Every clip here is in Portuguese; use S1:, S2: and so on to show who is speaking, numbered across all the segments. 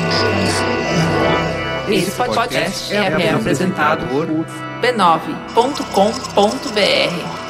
S1: Esse podcast é apresentado por b9.com.br.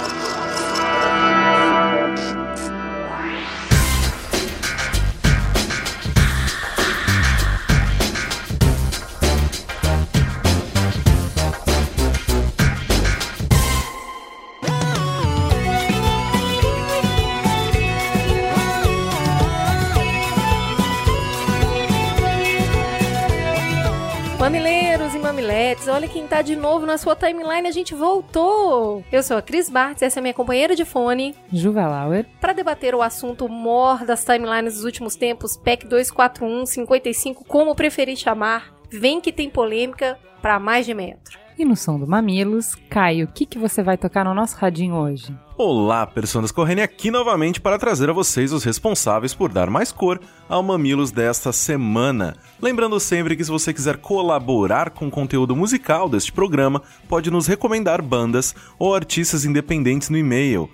S2: Mamileiros e mamiletes, olha quem tá de novo na sua timeline, a gente voltou! Eu sou a Cris Bartz, essa é minha companheira de fone,
S3: Juva Lauer,
S2: para debater o assunto mor das timelines dos últimos tempos, PEC 241, 55, como preferir chamar, vem que tem polêmica pra mais de metro.
S3: E no som do Mamilos, Caio, o que você vai tocar no nosso radinho hoje?
S4: Olá, personas correndo aqui novamente para trazer a vocês os responsáveis por dar mais cor ao Mamilos desta semana. Lembrando sempre que se você quiser colaborar com o conteúdo musical deste programa, pode nos recomendar bandas ou artistas independentes no e-mail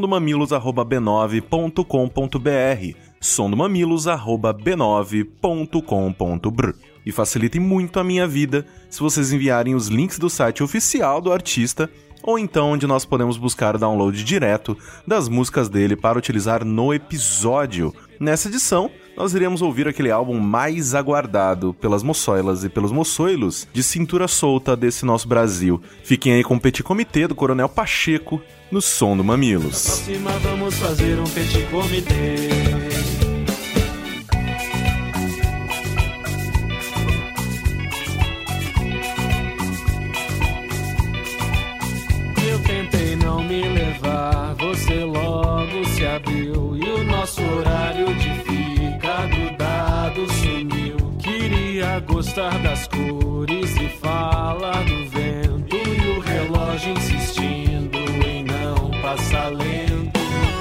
S4: somdomamilos@b9.com.br somdomamilos@b9.com.br. E facilitem muito a minha vida se vocês enviarem os links do site oficial do artista ou então onde nós podemos buscar o download direto das músicas dele para utilizar no episódio. Nessa edição, nós iremos ouvir aquele álbum mais aguardado pelas moçoilas e pelos moçoilos de cintura solta desse nosso Brasil. Fiquem aí com o Petit Comitê do Coronel Pacheco no som do Mamilos.
S5: Na próxima vamos fazer um Petit Comitê. Você logo se abriu e o nosso horário de ficar grudado sumiu. Queria gostar das cores e falar do vento e o relógio insistindo em não passar lento.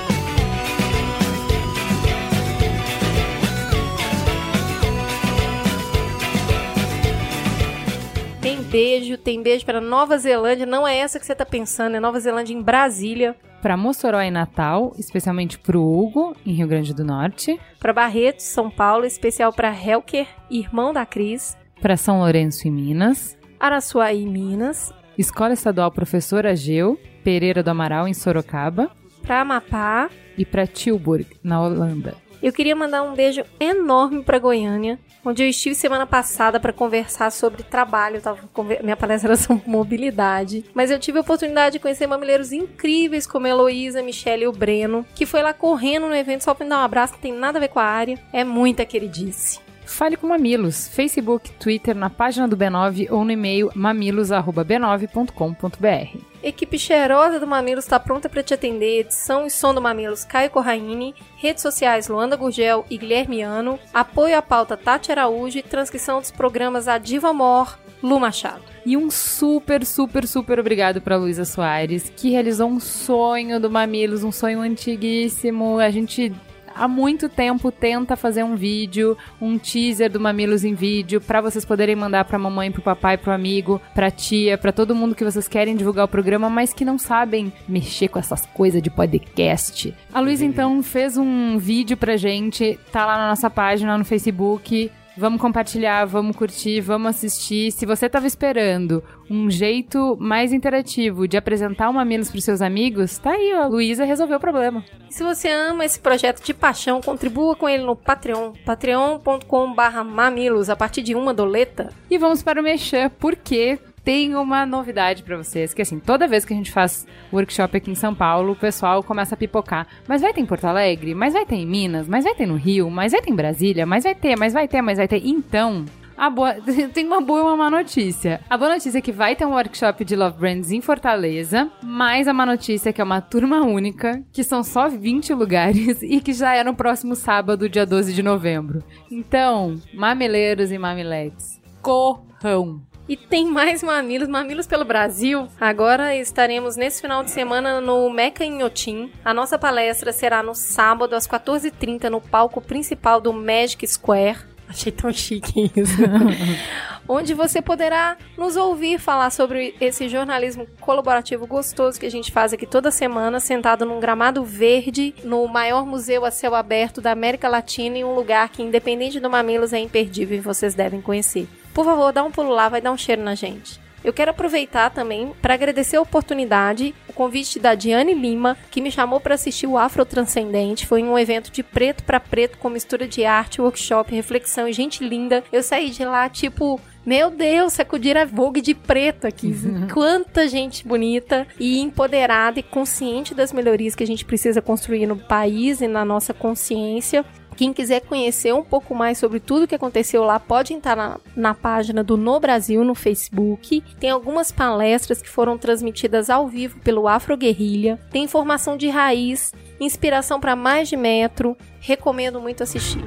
S2: Tem beijo para Nova Zelândia, não é essa que você tá pensando, é Nova Zelândia em Brasília.
S3: Para Mossoró e Natal, especialmente pro Hugo, em Rio Grande do Norte.
S2: Para Barretos, São Paulo, especial para Helker, irmão da Cris.
S3: Para São Lourenço e Minas.
S2: Araçuaí, Minas.
S3: Escola Estadual Professor Ageu, Pereira do Amaral, em Sorocaba.
S2: Para Amapá.
S3: E para Tilburg, na Holanda.
S2: Eu queria mandar um beijo enorme para Goiânia, onde eu estive semana passada para conversar sobre trabalho. Minha palestra era sobre mobilidade. Mas eu tive a oportunidade de conhecer mamileiros incríveis como a Heloísa, a Michelle e o Breno, que foi lá correndo no evento só para me dar um abraço, que tem nada a ver com a área. É muita queridice.
S3: Fale com Mamilos, Facebook, Twitter, na página do B9 ou no e-mail mamilos@b9.com.br.
S2: Equipe cheirosa do Mamilos está pronta para te atender. Edição e som do Mamilos, Caio Corraine. Redes sociais, Luanda Gurgel e Guilherme Ano. Apoio à pauta, Tati Araújo. E transcrição dos programas A Diva Mor, Lu Machado.
S3: E um super obrigado para Luísa Soares, que realizou um sonho do Mamilos, um sonho antiguíssimo. A gente há muito tempo tenta fazer um vídeo, um teaser do Mamilos em vídeo, pra vocês poderem mandar pra mamãe, pro papai, pro amigo, pra tia, pra todo mundo que vocês querem divulgar o programa, mas que não sabem mexer com essas coisas de podcast. A Luísa, então, fez um vídeo pra gente, tá lá na nossa página no Facebook. Vamos compartilhar, vamos curtir, vamos assistir. Se você estava esperando um jeito mais interativo de apresentar o Mamilos para os seus amigos, tá aí, ó, a Luísa resolveu o problema.
S2: E se você ama esse projeto de paixão, contribua com ele no Patreon, patreon.com/mamilos, a partir de uma doleta.
S3: E vamos para o Mexã, porque tem uma novidade pra vocês, que assim, toda vez que a gente faz workshop aqui em São Paulo, o pessoal começa a pipocar. Mas vai ter em Porto Alegre? Mas vai ter em Minas? Mas vai ter no Rio? Mas vai ter em Brasília? Mas vai ter. Então, tem uma boa e uma má notícia. A boa notícia é que vai ter um workshop de Love Brands em Fortaleza, mas a má notícia é que é uma turma única, que são só 20 lugares e que já é no próximo sábado, dia 12 de novembro. Então, mamileiros e mamiletes, corram!
S2: E tem mais mamilos pelo Brasil. Agora estaremos nesse final de semana no Meca em Inhotim. A nossa palestra será no sábado às 14h30 no palco principal do Magic Square. Achei tão chique isso. Onde você poderá nos ouvir falar sobre esse jornalismo colaborativo gostoso que a gente faz aqui toda semana, sentado num gramado verde, no maior museu a céu aberto da América Latina, em um lugar que, independente do Mamilos, é imperdível e vocês devem conhecer. Por favor, dá um pulo lá, vai dar um cheiro na gente. Eu quero aproveitar também para agradecer a oportunidade, o convite da Diane Lima, que me chamou para assistir o Afro Transcendente. Foi um evento de preto para preto, com mistura de arte, workshop, reflexão e gente linda. Eu saí de lá, tipo, meu Deus, sacudir a Vogue de preto aqui. Quanta gente bonita e empoderada e consciente das melhorias que a gente precisa construir no país e na nossa consciência. Quem quiser conhecer um pouco mais sobre tudo que aconteceu lá, pode entrar na página do No Brasil, no Facebook. Tem algumas palestras que foram transmitidas ao vivo pelo Afro Guerrilha. Tem informação de raiz, inspiração para mais de metro. Recomendo muito assistir.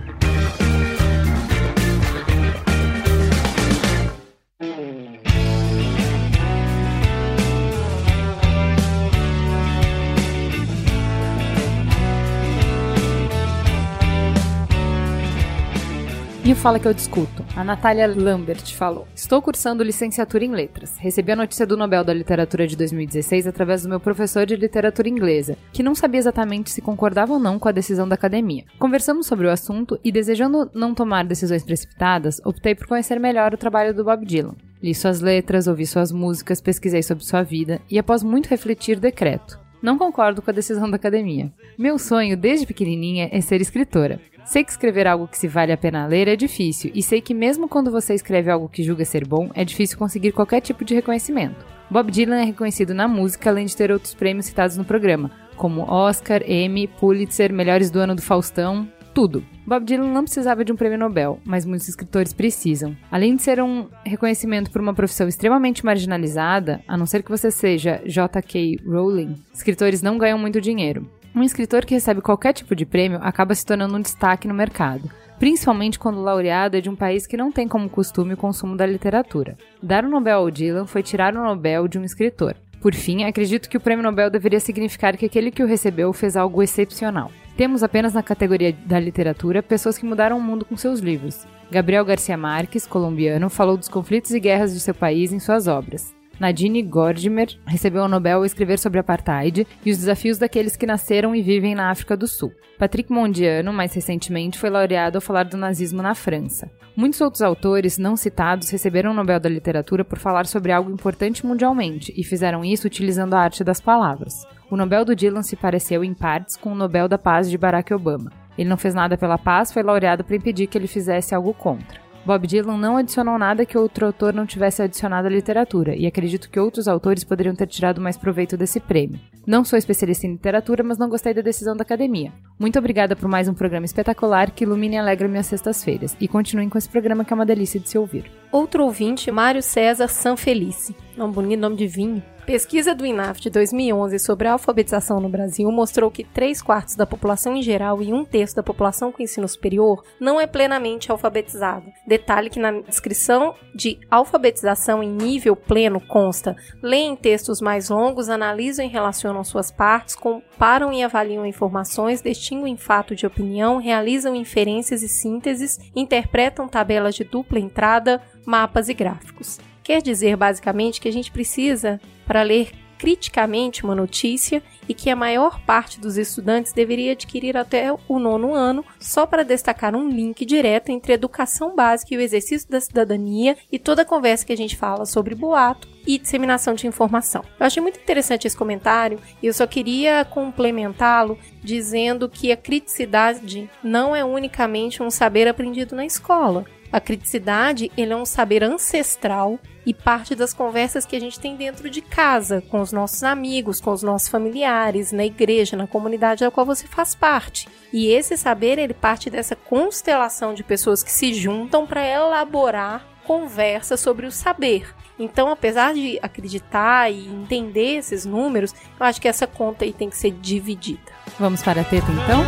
S3: E o Fala Que Eu Discuto. A Natália Lambert falou: estou cursando licenciatura em letras. Recebi a notícia do Nobel da Literatura de 2016 através do meu professor de literatura inglesa, que não sabia exatamente se concordava ou não com a decisão da academia. Conversamos sobre o assunto e, desejando não tomar decisões precipitadas, optei por conhecer melhor o trabalho do Bob Dylan. Li suas letras, ouvi suas músicas, pesquisei sobre sua vida e, após muito refletir, decreto: não concordo com a decisão da academia. Meu sonho, desde pequenininha, é ser escritora. Sei que escrever algo que se vale a pena ler é difícil, e sei que mesmo quando você escreve algo que julga ser bom, é difícil conseguir qualquer tipo de reconhecimento. Bob Dylan é reconhecido na música, além de ter outros prêmios citados no programa, como Oscar, Emmy, Pulitzer, Melhores do Ano do Faustão, tudo. Bob Dylan não precisava de um prêmio Nobel, mas muitos escritores precisam. Além de ser um reconhecimento por uma profissão extremamente marginalizada, a não ser que você seja J.K. Rowling, escritores não ganham muito dinheiro. Um escritor que recebe qualquer tipo de prêmio acaba se tornando um destaque no mercado, principalmente quando o laureado é de um país que não tem como costume o consumo da literatura. Dar o Nobel ao Dylan foi tirar o Nobel de um escritor. Por fim, acredito que o prêmio Nobel deveria significar que aquele que o recebeu fez algo excepcional. Temos apenas na categoria da literatura pessoas que mudaram o mundo com seus livros. Gabriel Garcia Marques, colombiano, falou dos conflitos e guerras de seu país em suas obras. Nadine Gordimer recebeu o Nobel ao escrever sobre apartheid e os desafios daqueles que nasceram e vivem na África do Sul. Patrick Mondiano, mais recentemente, foi laureado ao falar do nazismo na França. Muitos outros autores não citados receberam o Nobel da Literatura por falar sobre algo importante mundialmente e fizeram isso utilizando a arte das palavras. O Nobel do Dylan se pareceu, em partes, com o Nobel da Paz de Barack Obama. Ele não fez nada pela paz, foi laureado para impedir que ele fizesse algo contra. Bob Dylan não adicionou nada que outro autor não tivesse adicionado à literatura, e acredito que outros autores poderiam ter tirado mais proveito desse prêmio. Não sou especialista em literatura, mas não gostei da decisão da academia. Muito obrigada por mais um programa espetacular que ilumina e alegra minhas sextas-feiras, e continuem com esse programa que é uma delícia de se ouvir.
S2: Outro ouvinte, Mário César Sanfelice. Nome bonito, nome de vinho. Pesquisa do INAF de 2011 sobre a alfabetização no Brasil mostrou que 3/4 da população em geral e 1/3 da população com ensino superior não é plenamente alfabetizada. Detalhe que na descrição de alfabetização em nível pleno consta: leem textos mais longos, analisam e relacionam suas partes, comparam e avaliam informações, distinguem fato de opinião, realizam inferências e sínteses, interpretam tabelas de dupla entrada, mapas e gráficos. Quer dizer, basicamente, que a gente precisa, para ler criticamente uma notícia, e que a maior parte dos estudantes deveria adquirir até o 9º ano, só para destacar um link direto entre a educação básica e o exercício da cidadania e toda a conversa que a gente fala sobre boato e disseminação de informação. Eu achei muito interessante esse comentário e eu só queria complementá-lo dizendo que a criticidade não é unicamente um saber aprendido na escola. A criticidade, ele é um saber ancestral e parte das conversas que a gente tem dentro de casa, com os nossos amigos, com os nossos familiares, na igreja, na comunidade da qual você faz parte. E esse saber, ele parte dessa constelação de pessoas que se juntam para elaborar conversas sobre o saber. Então, apesar de acreditar e entender esses números, eu acho que essa conta aí tem que ser dividida.
S3: Vamos para a teta, então?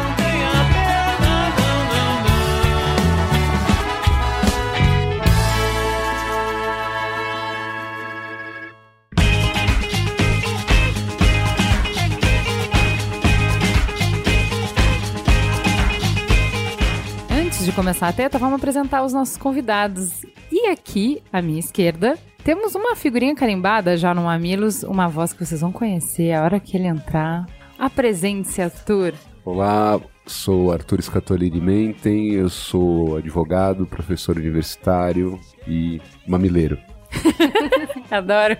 S3: Antes de começar a teta, vamos apresentar os nossos convidados. E aqui, à minha esquerda, temos uma figurinha carimbada já no Mamilos, uma voz que vocês vão conhecer a hora que ele entrar. Apresente-se, Arthur.
S6: Olá, sou Arthur Scatolini Menten, eu sou advogado, professor universitário e mamileiro.
S3: Adoro.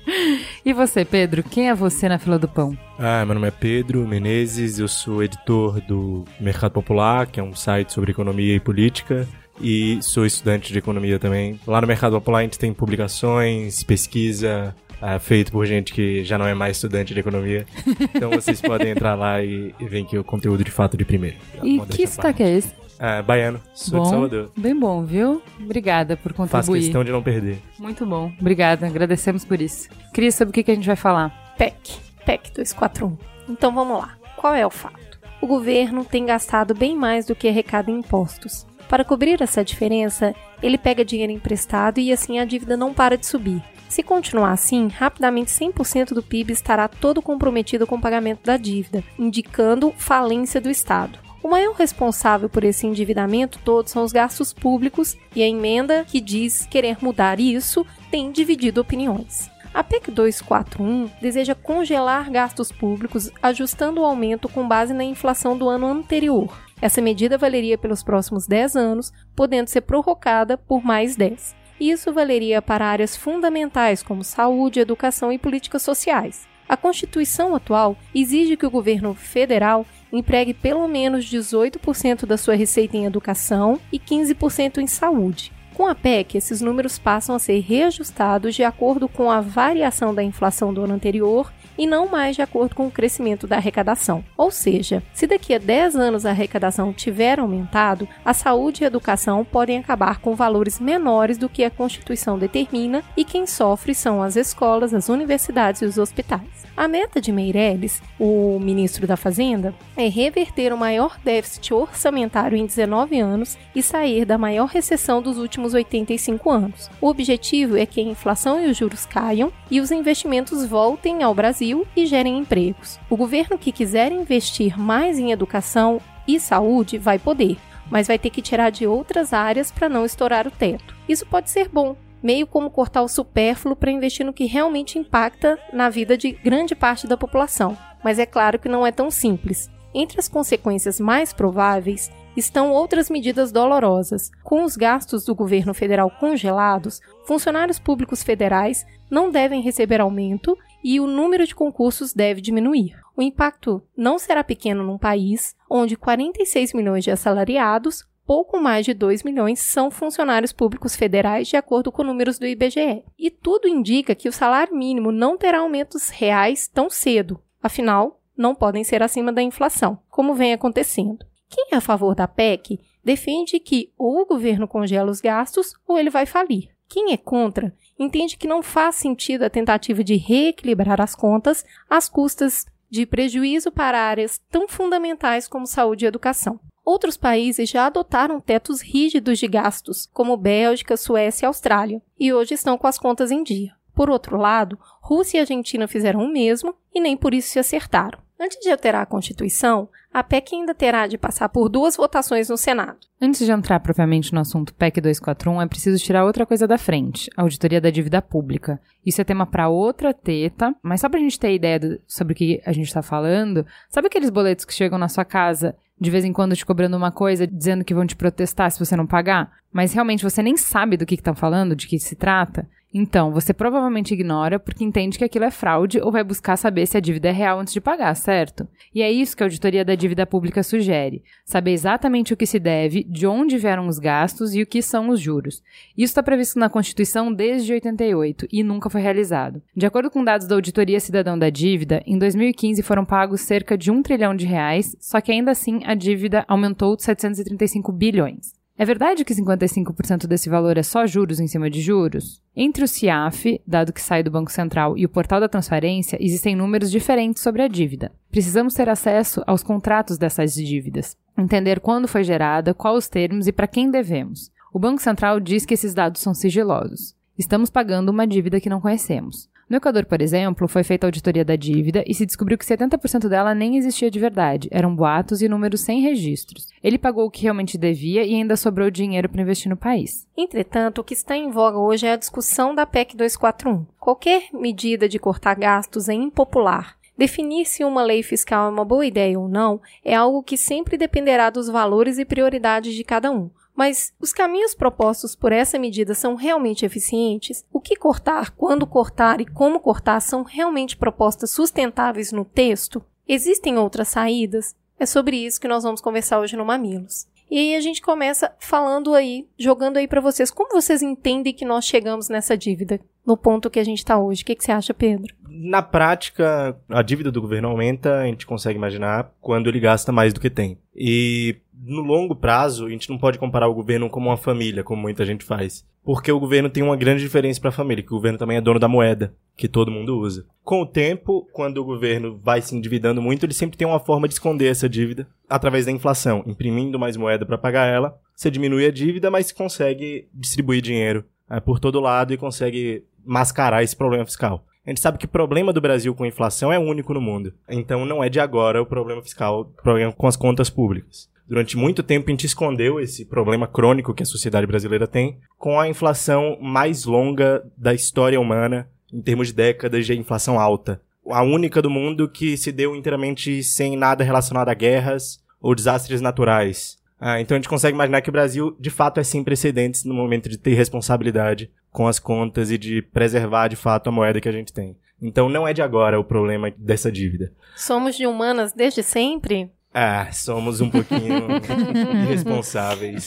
S3: E você, Pedro? Quem é você na fila do pão?
S7: Meu nome é Pedro Menezes, eu sou editor do Mercado Popular, que é um site sobre economia e política, e sou estudante de economia também. Lá no Mercado Popular a gente tem publicações, pesquisa, feito por gente que já não é mais estudante de economia. Então vocês podem entrar lá e ver que o conteúdo de fato de primeiro.
S3: E que sotaque é esse?
S7: Baiano, sou de Salvador.
S3: Bem bom, viu? Obrigada por contribuir.
S7: Faço questão de não perder.
S3: Muito bom, obrigada, agradecemos por isso. Cris, sobre o que a gente vai falar?
S2: PEC 241. Então vamos lá. Qual é o fato? O governo tem gastado bem mais do que arrecada em impostos. Para cobrir essa diferença, ele pega dinheiro emprestado e assim a dívida não para de subir. Se continuar assim, rapidamente 100% do PIB estará todo comprometido com o pagamento da dívida, indicando falência do Estado. O maior responsável por esse endividamento todo são os gastos públicos e a emenda que diz querer mudar isso tem dividido opiniões. A PEC 241 deseja congelar gastos públicos, ajustando o aumento com base na inflação do ano anterior. Essa medida valeria pelos próximos 10 anos, podendo ser prorrogada por mais 10. Isso valeria para áreas fundamentais como saúde, educação e políticas sociais. A Constituição atual exige que o governo federal empregue pelo menos 18% da sua receita em educação e 15% em saúde. Com a PEC, esses números passam a ser reajustados de acordo com a variação da inflação do ano anterior e não mais de acordo com o crescimento da arrecadação. Ou seja, se daqui a 10 anos a arrecadação tiver aumentado, a saúde e a educação podem acabar com valores menores do que a Constituição determina e quem sofre são as escolas, as universidades e os hospitais. A meta de Meirelles, o ministro da Fazenda, é reverter o maior déficit orçamentário em 19 anos e sair da maior recessão dos últimos 85 anos. O objetivo é que a inflação e os juros caiam e os investimentos voltem ao Brasil e gerem empregos. O governo que quiser investir mais em educação e saúde vai poder, mas vai ter que tirar de outras áreas para não estourar o teto. Isso pode ser bom, meio como cortar o supérfluo para investir no que realmente impacta na vida de grande parte da população. Mas é claro que não é tão simples. Entre as consequências mais prováveis estão outras medidas dolorosas. Com os gastos do governo federal congelados, funcionários públicos federais não devem receber aumento e o número de concursos deve diminuir. O impacto não será pequeno num país onde 46 milhões de assalariados, pouco mais de 2 milhões são funcionários públicos federais, de acordo com números do IBGE. E tudo indica que o salário mínimo não terá aumentos reais tão cedo. Afinal, não podem ser acima da inflação, como vem acontecendo. Quem é a favor da PEC defende que ou o governo congela os gastos ou ele vai falir. Quem é contra entende que não faz sentido a tentativa de reequilibrar as contas às custas de prejuízo para áreas tão fundamentais como saúde e educação. Outros países já adotaram tetos rígidos de gastos, como Bélgica, Suécia e Austrália, e hoje estão com as contas em dia. Por outro lado, Rússia e Argentina fizeram o mesmo e nem por isso se acertaram. Antes de alterar a Constituição, a PEC ainda terá de passar por 2 votações no Senado.
S3: Antes de entrar propriamente no assunto PEC 241, é preciso tirar outra coisa da frente, a auditoria da dívida pública. Isso é tema para outra teta, mas só para a gente ter ideia sobre o que a gente está falando, sabe aqueles boletos que chegam na sua casa de vez em quando te cobrando uma coisa, dizendo que vão te protestar se você não pagar, mas realmente você nem sabe do que estão falando, de que se trata? Então, você provavelmente ignora porque entende que aquilo é fraude ou vai buscar saber se a dívida é real antes de pagar, certo? E é isso que a auditoria da dívida pública sugere. Saber exatamente o que se deve, de onde vieram os gastos e o que são os juros. Isso está previsto na Constituição desde 88 e nunca foi realizado. De acordo com dados da Auditoria Cidadã da Dívida, em 2015 foram pagos cerca de R$1 trilhão, só que ainda assim a dívida aumentou de 735 bilhões. É verdade que 55% desse valor é só juros em cima de juros? Entre o CIAF, dado que sai do Banco Central, e o Portal da Transparência, existem números diferentes sobre a dívida. Precisamos ter acesso aos contratos dessas dívidas, entender quando foi gerada, quais os termos e para quem devemos. O Banco Central diz que esses dados são sigilosos. Estamos pagando uma dívida que não conhecemos. No Equador, por exemplo, foi feita a auditoria da dívida e se descobriu que 70% dela nem existia de verdade. Eram boatos e números sem registros. Ele pagou o que realmente devia e ainda sobrou dinheiro para investir no país.
S2: Entretanto, o que está em voga hoje é a discussão da PEC 241. Qualquer medida de cortar gastos é impopular. Definir se uma lei fiscal é uma boa ideia ou não é algo que sempre dependerá dos valores e prioridades de cada um. Mas os caminhos propostos por essa medida são realmente eficientes? O que cortar, quando cortar e como cortar são realmente propostas sustentáveis no texto? Existem outras saídas? É sobre isso que nós vamos conversar hoje no Mamilos. E aí a gente começa falando aí, jogando aí para vocês, como vocês entendem que nós chegamos nessa dívida, no ponto que a gente está hoje? O que você acha, Pedro?
S7: Na prática, a dívida do governo aumenta, a gente consegue imaginar, quando ele gasta mais do que tem. E no longo prazo, a gente não pode comparar o governo como uma família, como muita gente faz. Porque o governo tem uma grande diferença para a família, que o governo também é dono da moeda, que todo mundo usa. Com o tempo, quando o governo vai se endividando muito, ele sempre tem uma forma de esconder essa dívida através da inflação. Imprimindo mais moeda para pagar ela, você diminui a dívida, mas consegue distribuir dinheiro por todo lado e consegue mascarar esse problema fiscal. A gente sabe que o problema do Brasil com a inflação é único no mundo. Então não é de agora o problema fiscal, o problema com as contas públicas. Durante muito tempo a gente escondeu esse problema crônico que a sociedade brasileira tem com a inflação mais longa da história humana, em termos de décadas de inflação alta. A única do mundo que se deu inteiramente sem nada relacionado a guerras ou desastres naturais. Então a gente consegue imaginar que o Brasil, de fato, é sem precedentes no momento de ter responsabilidade com as contas e de preservar, de fato, a moeda que a gente tem. Então não é de agora o problema dessa dívida.
S2: Somos de humanas desde sempre?
S7: Somos um pouquinho irresponsáveis.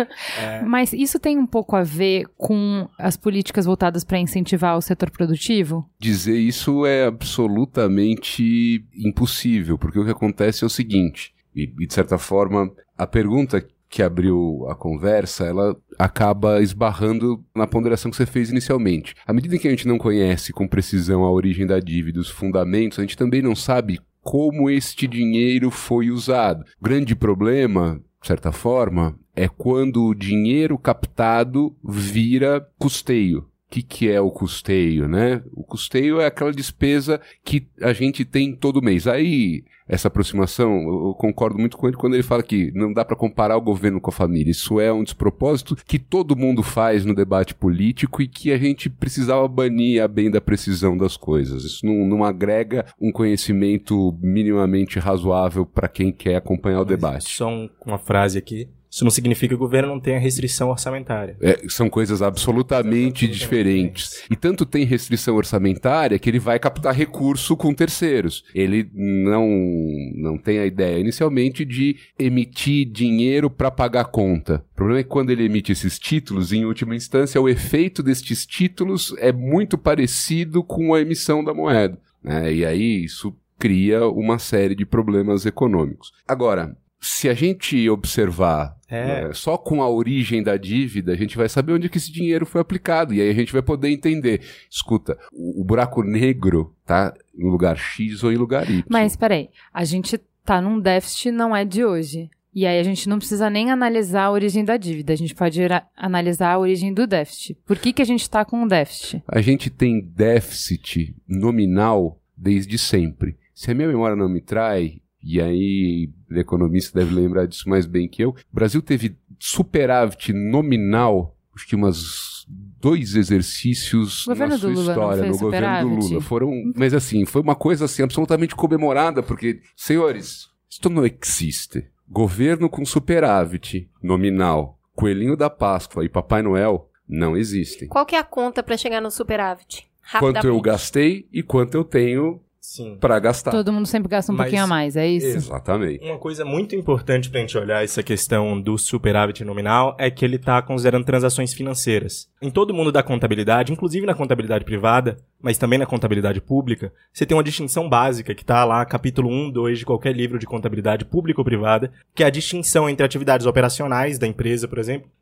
S3: Mas isso tem um pouco a ver com as políticas voltadas para incentivar o setor produtivo?
S6: Dizer isso é absolutamente impossível, porque o que acontece é o seguinte, e de certa forma, a pergunta que abriu a conversa, ela acaba esbarrando na ponderação que você fez inicialmente. À medida que a gente não conhece com precisão a origem da dívida, os fundamentos, a gente também não sabe como este dinheiro foi usado. O grande problema, de certa forma, é quando o dinheiro captado vira custeio. O que é o custeio, né? O custeio é aquela despesa que a gente tem todo mês. Aí, essa aproximação, eu concordo muito com ele quando ele fala que não dá para comparar o governo com a família. Isso é um despropósito que todo mundo faz no debate político e que a gente precisava banir a bem da precisão das coisas. Isso não agrega um conhecimento minimamente razoável para quem quer acompanhar o debate.
S7: Só uma frase aqui. Isso não significa que o governo não tenha restrição orçamentária.
S6: São coisas absolutamente diferentes. E tanto tem restrição orçamentária que ele vai captar recurso com terceiros. Ele não tem a ideia inicialmente de emitir dinheiro para pagar conta. O problema é que quando ele emite esses títulos, em última instância, o efeito destes títulos é muito parecido com a emissão da moeda, né? E aí isso cria uma série de problemas econômicos. Agora, se a gente observar só com a origem da dívida, a gente vai saber onde que esse dinheiro foi aplicado. E aí a gente vai poder entender. Escuta, o buraco negro tá em lugar X ou em lugar Y.
S3: Mas, peraí, a gente tá num déficit, não é de hoje. E aí a gente não precisa nem analisar a origem da dívida. A gente pode analisar a origem do déficit. Por que a gente tá com um déficit?
S6: A gente tem déficit nominal desde sempre. Se a minha memória não me trai... E aí, o economista deve lembrar disso mais bem que eu. O Brasil teve superávit nominal, acho que umas 2 exercícios na sua história, no governo do Lula. Mas assim, foi uma coisa assim, absolutamente comemorada, porque, senhores, isto não existe. Governo com superávit nominal, Coelhinho da Páscoa e Papai Noel não existem.
S2: Qual que é a conta para chegar no superávit?
S6: Quanto eu gastei e quanto eu tenho... para gastar.
S3: Todo mundo sempre gasta um pouquinho a mais, é isso?
S6: Exatamente.
S7: Uma coisa muito importante pra gente olhar essa questão do superávit nominal é que ele tá considerando transações financeiras. Em todo mundo da contabilidade, inclusive na contabilidade privada, mas também na contabilidade pública, você tem uma distinção básica que tá lá, capítulo 1, 2 de qualquer livro de contabilidade pública ou privada, que é a distinção entre atividades operacionais da empresa, por exemplo,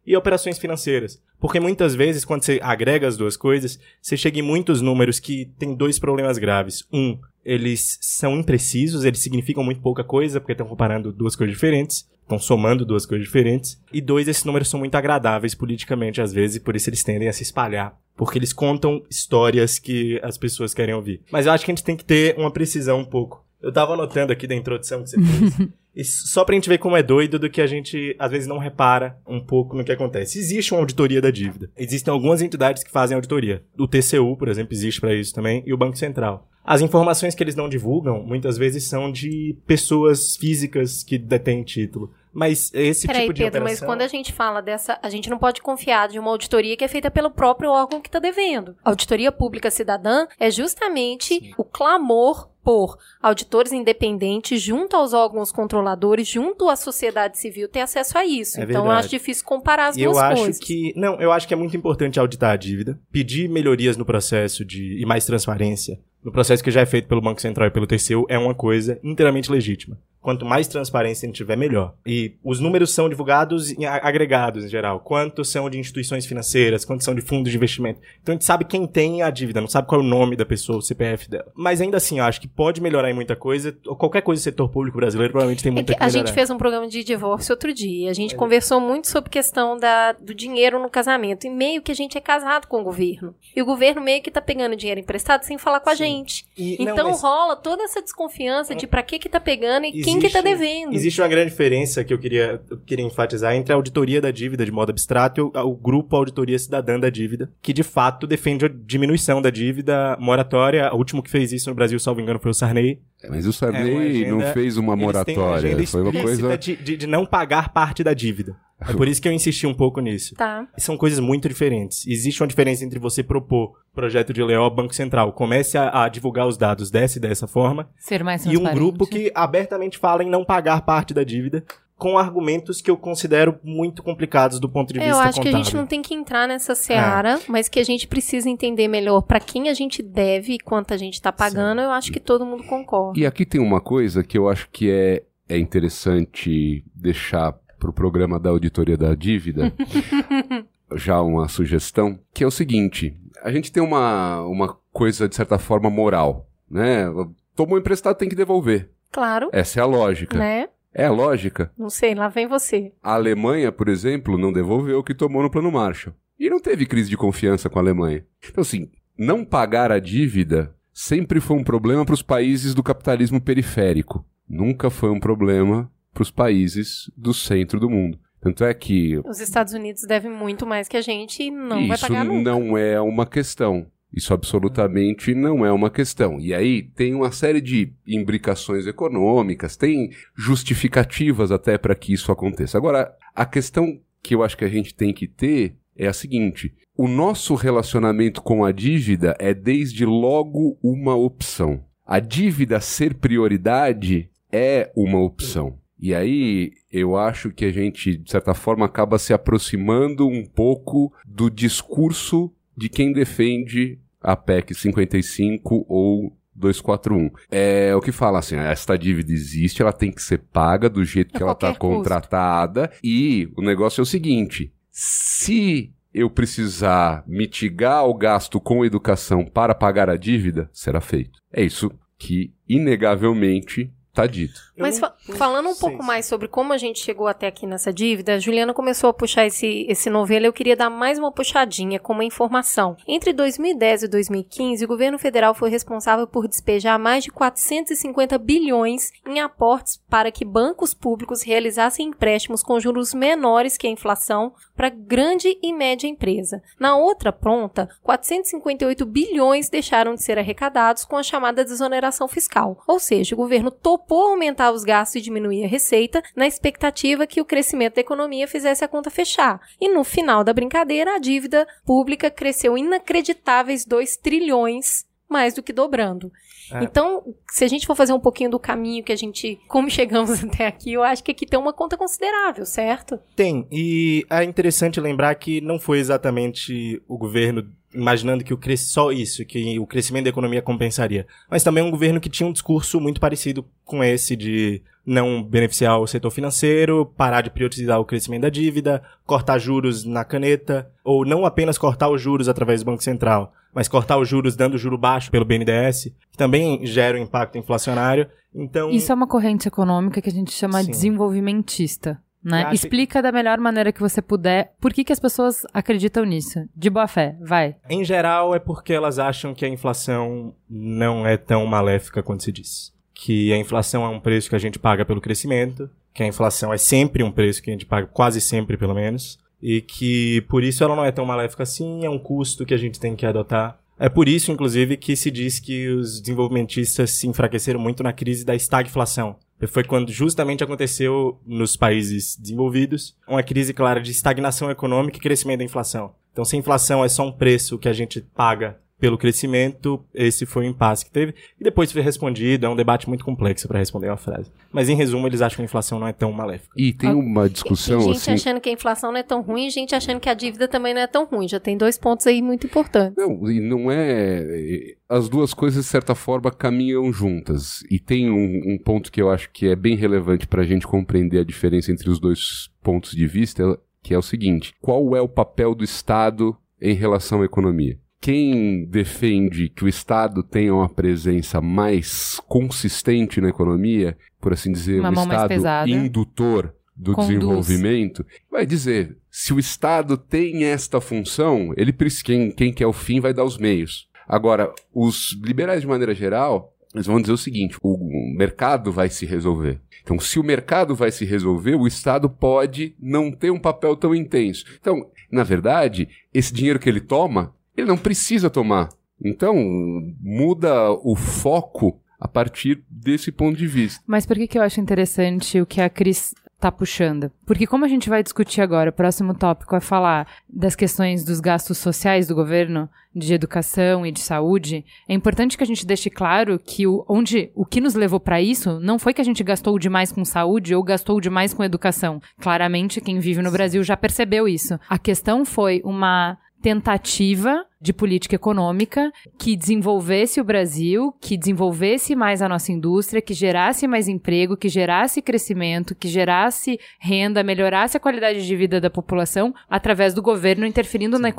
S7: e operações financeiras. Porque muitas vezes, quando você agrega as duas coisas, você chega em muitos números que tem 2 problemas graves. Eles são imprecisos, eles significam muito pouca coisa, porque estão comparando 2 coisas diferentes, estão somando 2 coisas diferentes. E 2, esses números são muito agradáveis politicamente, às vezes, e por isso eles tendem a se espalhar. Porque eles contam histórias que as pessoas querem ouvir. Mas eu acho que a gente tem que ter uma precisão um pouco. Eu tava anotando aqui da introdução que você fez, e só pra gente ver como é doido do que a gente, às vezes, não repara um pouco no que acontece. Existe uma auditoria da dívida. Existem algumas entidades que fazem auditoria. O TCU, por exemplo, existe pra isso também, e o Banco Central. As informações que eles não divulgam, muitas vezes, são de pessoas físicas que detêm título. Mas esse tipo de
S2: Pedro,
S7: operação...
S2: mas quando a gente fala dessa... A gente não pode confiar de uma auditoria que é feita pelo próprio órgão que está devendo. A auditoria pública cidadã é justamente o clamor por auditores independentes junto aos órgãos controladores, junto à sociedade civil ter acesso a isso. Então, eu acho difícil comparar as duas coisas.
S7: Eu acho que é muito importante auditar a dívida, pedir melhorias no processo e mais transparência. No processo que já é feito pelo Banco Central e pelo TCU, é uma coisa inteiramente legítima. Quanto mais transparência a gente tiver, melhor. E os números são divulgados agregados, em geral. Quantos são de instituições financeiras, quantos são de fundos de investimento. Então a gente sabe quem tem a dívida, não sabe qual é o nome da pessoa, o CPF dela. Mas ainda assim, eu acho que pode melhorar em muita coisa. Qualquer coisa do setor público brasileiro provavelmente tem muita que melhorar.
S2: A gente fez um programa de divórcio outro dia. A gente conversou muito sobre questão do dinheiro no casamento. E meio que a gente é casado com o governo. E o governo meio que tá pegando dinheiro emprestado sem falar com a gente. Então rola toda essa desconfiança de pra que tá pegando e quem que tá devendo.
S7: Existe uma grande diferença que eu queria enfatizar entre a auditoria da dívida de modo abstrato e o grupo Auditoria Cidadã da Dívida, que de fato defende a diminuição da dívida moratória. O último que fez isso no Brasil, salvo engano, foi o Sarney.
S6: Mas o Sarney não fez uma moratória, foi uma coisa...
S7: de não pagar parte da dívida. É por isso que eu insisti um pouco nisso.
S2: Tá.
S7: São coisas muito diferentes. Existe uma diferença entre você propor projeto de lei ao Banco Central, comece a divulgar os dados dessa forma,
S3: ser mais
S7: e um grupo que abertamente fala em não pagar parte da dívida, com argumentos que eu considero muito complicados do ponto de vista contábil.
S2: Eu acho que a gente não tem que entrar nessa seara, mas que a gente precisa entender melhor para quem a gente deve e quanto a gente está pagando. Sim. Eu acho que todo mundo concorda.
S6: E aqui tem uma coisa que eu acho que é interessante deixar para o programa da auditoria da dívida, já uma sugestão, que é o seguinte: a gente tem uma coisa, de certa forma, moral, né? Tomou emprestado, tem que devolver.
S2: Claro.
S6: Essa é a lógica.
S2: Né?
S6: É a lógica.
S2: Não sei, lá vem você.
S6: A Alemanha, por exemplo, não devolveu o que tomou no Plano Marshall. E não teve crise de confiança com a Alemanha. Então, assim, não pagar a dívida sempre foi um problema para os países do capitalismo periférico. Nunca foi um problema para os países do centro do mundo. Tanto é que...
S2: Os Estados Unidos devem muito mais que a gente e não vai pagar nunca.
S6: Isso não é uma questão. Isso absolutamente não é uma questão. E aí tem uma série de imbricações econômicas, tem justificativas até para que isso aconteça. Agora, a questão que eu acho que a gente tem que ter é a seguinte: o nosso relacionamento com a dívida é desde logo uma opção. A dívida ser prioridade é uma opção. E aí, eu acho que a gente, de certa forma, acaba se aproximando um pouco do discurso de quem defende a PEC 55 ou 241. É o que fala assim: esta dívida existe, ela tem que ser paga do jeito que ela está contratada. E o negócio é o seguinte: se eu precisar mitigar o gasto com educação para pagar a dívida, será feito. É isso que, inegavelmente, tá dito.
S2: Mas falando um pouco mais sobre como a gente chegou até aqui nessa dívida, a Juliana começou a puxar esse novelo. Eu queria dar mais uma puxadinha com uma informação. Entre 2010 e 2015, o governo federal foi responsável por despejar mais de 450 bilhões em aportes para que bancos públicos realizassem empréstimos com juros menores que a inflação para grande e média empresa. Na outra ponta, 458 bilhões deixaram de ser arrecadados com a chamada desoneração fiscal. Ou seja, o governo topou aumentar os gastos e diminuir a receita na expectativa que o crescimento da economia fizesse a conta fechar. E no final da brincadeira, a dívida pública cresceu inacreditáveis 2 trilhões, mais do que dobrando. Então, se a gente for fazer um pouquinho do caminho como chegamos até aqui, eu acho que aqui tem uma conta considerável, certo?
S7: Tem, e é interessante lembrar que não foi exatamente o governo imaginando que só isso, que o crescimento da economia compensaria. Mas também um governo que tinha um discurso muito parecido com esse de não beneficiar o setor financeiro, parar de priorizar o crescimento da dívida, cortar juros na caneta, ou não apenas cortar os juros através do Banco Central, mas cortar os juros dando juro baixo pelo BNDES, que também gera um impacto inflacionário. Então,
S3: isso é uma corrente econômica que a gente chama desenvolvimentista. Né? Explica da melhor maneira que você puder por que as pessoas acreditam nisso. De boa fé, vai.
S7: Em geral, é porque elas acham que a inflação não é tão maléfica quanto se diz. Que a inflação é um preço que a gente paga pelo crescimento, que a inflação é sempre um preço que a gente paga, quase sempre pelo menos, e que por isso ela não é tão maléfica assim, é um custo que a gente tem que adotar. É por isso, inclusive, que se diz que os desenvolvimentistas se enfraqueceram muito na crise da estagflação. Foi quando justamente aconteceu nos países desenvolvidos uma crise clara de estagnação econômica e crescimento da inflação. Então, se a inflação é só um preço que a gente paga pelo crescimento, esse foi o impasse que teve. E depois foi respondido, é um debate muito complexo para responder uma frase. Mas, em resumo, eles acham que a inflação não é tão maléfica.
S6: E tem uma discussão
S2: gente
S6: assim...
S2: achando que a inflação não é tão ruim e gente achando que a dívida também não é tão ruim. Já tem 2 pontos aí muito importantes.
S6: Não, e não é... As duas coisas, de certa forma, caminham juntas. E tem um ponto que eu acho que é bem relevante para a gente compreender a diferença entre os dois pontos de vista, que é o seguinte: qual é o papel do Estado em relação à economia? Quem defende que o Estado tenha uma presença mais consistente na economia, por assim dizer, um Estado indutor do desenvolvimento, vai dizer, se o Estado tem esta função, ele quem quer o fim vai dar os meios. Agora, os liberais, de maneira geral, eles vão dizer o seguinte: o mercado vai se resolver. Então, se o mercado vai se resolver, o Estado pode não ter um papel tão intenso. Então, na verdade, esse dinheiro que ele toma, ele não precisa tomar. Então, muda o foco a partir desse ponto de vista.
S3: Mas por que eu acho interessante o que a Cris tá puxando? Porque como a gente vai discutir agora, o próximo tópico é falar das questões dos gastos sociais do governo, de educação e de saúde, é importante que a gente deixe claro que o que nos levou para isso não foi que a gente gastou demais com saúde ou gastou demais com educação. Claramente, quem vive no Brasil já percebeu isso. A questão foi uma tentativa de política econômica que desenvolvesse o Brasil, que desenvolvesse mais a nossa indústria, que gerasse mais emprego, que gerasse crescimento, que gerasse renda, melhorasse a qualidade de vida da população através do governo interferindo na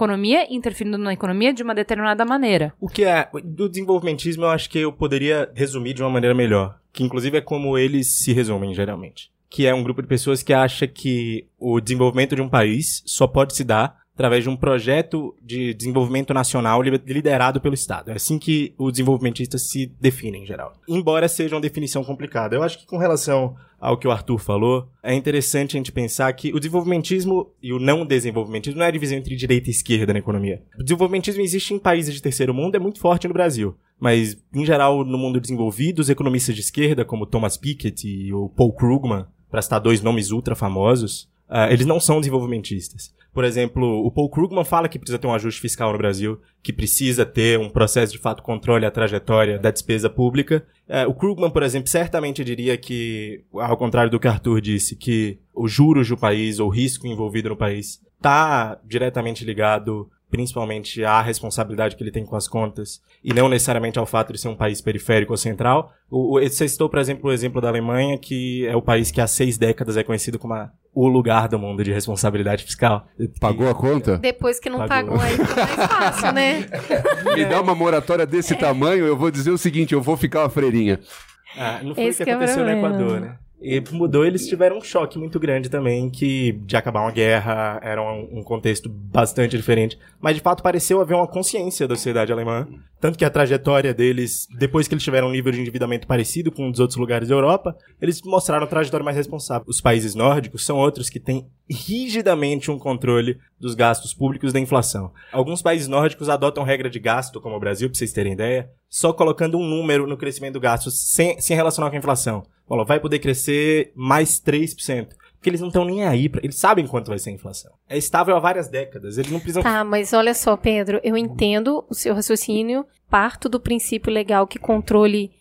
S3: economia de uma determinada maneira.
S7: O que é do desenvolvimentismo, eu acho que eu poderia resumir de uma maneira melhor, que inclusive é como eles se resumem geralmente, que é um grupo de pessoas que acha que o desenvolvimento de um país só pode se dar através de um projeto de desenvolvimento nacional liderado pelo Estado. É assim que os desenvolvimentistas se definem, em geral. Embora seja uma definição complicada. Eu acho que com relação ao que o Arthur falou, é interessante a gente pensar que o desenvolvimentismo e o não desenvolvimentismo não é a divisão entre direita e esquerda na economia. O desenvolvimentismo existe em países de terceiro mundo, é muito forte no Brasil. Mas, em geral, no mundo desenvolvido, os economistas de esquerda, como Thomas Piketty e o Paul Krugman, para citar 2 nomes ultra famosos, eles não são desenvolvimentistas. Por exemplo, o Paul Krugman fala que precisa ter um ajuste fiscal no Brasil, que precisa ter um processo de fato controle à trajetória da despesa pública. O Krugman, por exemplo, certamente diria que, ao contrário do que Arthur disse, que os juros do país, ou o risco envolvido no país, está diretamente ligado principalmente à responsabilidade que ele tem com as contas, e não necessariamente ao fato de ser um país periférico ou central. Você citou, por exemplo, o exemplo da Alemanha, que é o país que há 6 décadas é conhecido como o lugar do mundo de responsabilidade fiscal.
S6: Pagou a conta?
S2: Depois que não pagou, aí fica mais fácil, né?
S6: Me dá uma moratória desse tamanho, eu vou dizer o seguinte: eu vou ficar uma freirinha.
S7: Não foi o que aconteceu no Equador, né? E mudou, eles tiveram um choque muito grande também, que de acabar uma guerra era um contexto bastante diferente. Mas de fato pareceu haver uma consciência da sociedade alemã, tanto que a trajetória deles, depois que eles tiveram um nível de endividamento parecido com os outros lugares da Europa, eles mostraram a trajetória mais responsável. Os países nórdicos são outros que têm rigidamente um controle dos gastos públicos da inflação. Alguns países nórdicos adotam regra de gasto, como o Brasil, pra vocês terem ideia, só colocando um número no crescimento do gasto, sem relacionar com a inflação. Falou, vai poder crescer mais 3%. Porque eles não estão nem aí. Eles sabem quanto vai ser a inflação. É estável há várias décadas. Eles não precisam...
S2: Tá, mas olha só, Pedro. Eu entendo o seu raciocínio. Parto do princípio legal que controle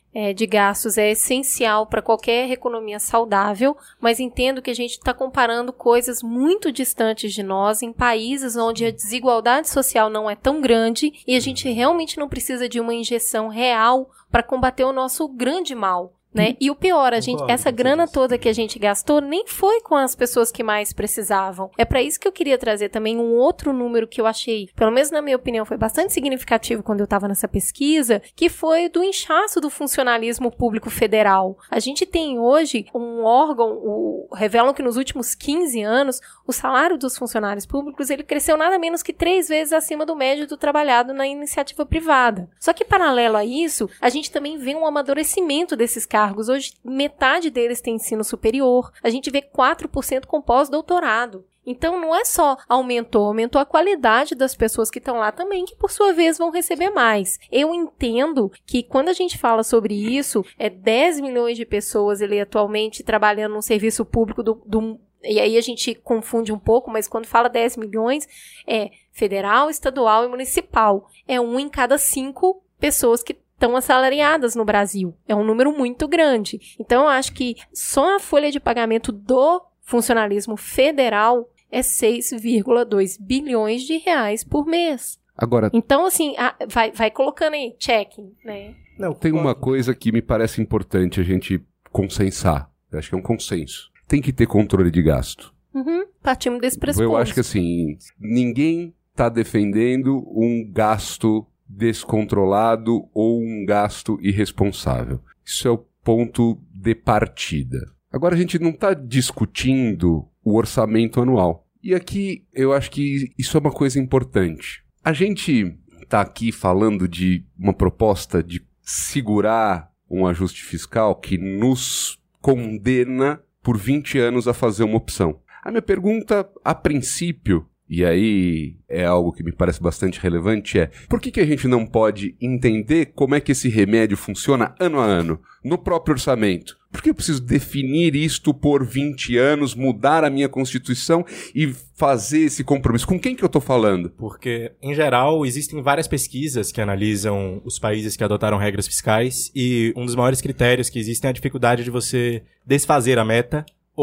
S2: de gastos é essencial para qualquer economia saudável, mas entendo que a gente está comparando coisas muito distantes de nós, em países onde a desigualdade social não é tão grande e a gente realmente não precisa de uma injeção real para combater o nosso grande mal. Né? E o pior, essa grana toda que a gente gastou nem foi com as pessoas que mais precisavam. É para isso que eu queria trazer também um outro número que eu achei, pelo menos na minha opinião, foi bastante significativo quando eu estava nessa pesquisa, que foi do inchaço do funcionalismo público federal. A gente tem hoje um órgão, revelam que nos últimos 15 anos, o salário dos funcionários públicos ele cresceu nada menos que 3 vezes acima do médio do trabalhado na iniciativa privada. Só que paralelo a isso, a gente também vê um amadurecimento desses cargos. Hoje, metade deles tem ensino superior. A gente vê 4% com pós-doutorado. Então, não é só aumentou a qualidade das pessoas que estão lá também, que por sua vez vão receber mais. Eu entendo que quando a gente fala sobre isso, 10 milhões de pessoas atualmente trabalhando no serviço público e aí a gente confunde um pouco, mas quando fala 10 milhões, é federal, estadual e municipal. É 1 em cada 5 pessoas que estão assalariadas no Brasil. É um número muito grande. Então, eu acho que só a folha de pagamento do funcionalismo federal é 6,2 bilhões de reais por mês.
S6: Agora,
S2: então, assim, vai colocando aí, checking, né?
S6: Não, tem uma coisa que me parece importante a gente consensar. Eu acho que é um consenso. Tem que ter controle de gasto.
S2: Partimos desse pressuposto.
S6: Eu acho que, assim, ninguém está defendendo um gasto descontrolado ou um gasto irresponsável. Isso é o ponto de partida. Agora, a gente não está discutindo o orçamento anual. E aqui, eu acho que isso é uma coisa importante. A gente está aqui falando de uma proposta de segurar um ajuste fiscal que nos condena por 20 anos a fazer uma opção. A minha pergunta, a princípio, e aí é algo que me parece bastante relevante, é por que a gente não pode entender como é que esse remédio funciona ano a ano, no próprio orçamento? Por que eu preciso definir isto por 20 anos, mudar a minha Constituição e fazer esse compromisso? Com quem que eu estou falando?
S7: Porque, em geral, existem várias pesquisas que analisam os países que adotaram regras fiscais e um dos maiores critérios que existem é a dificuldade de você desfazer a meta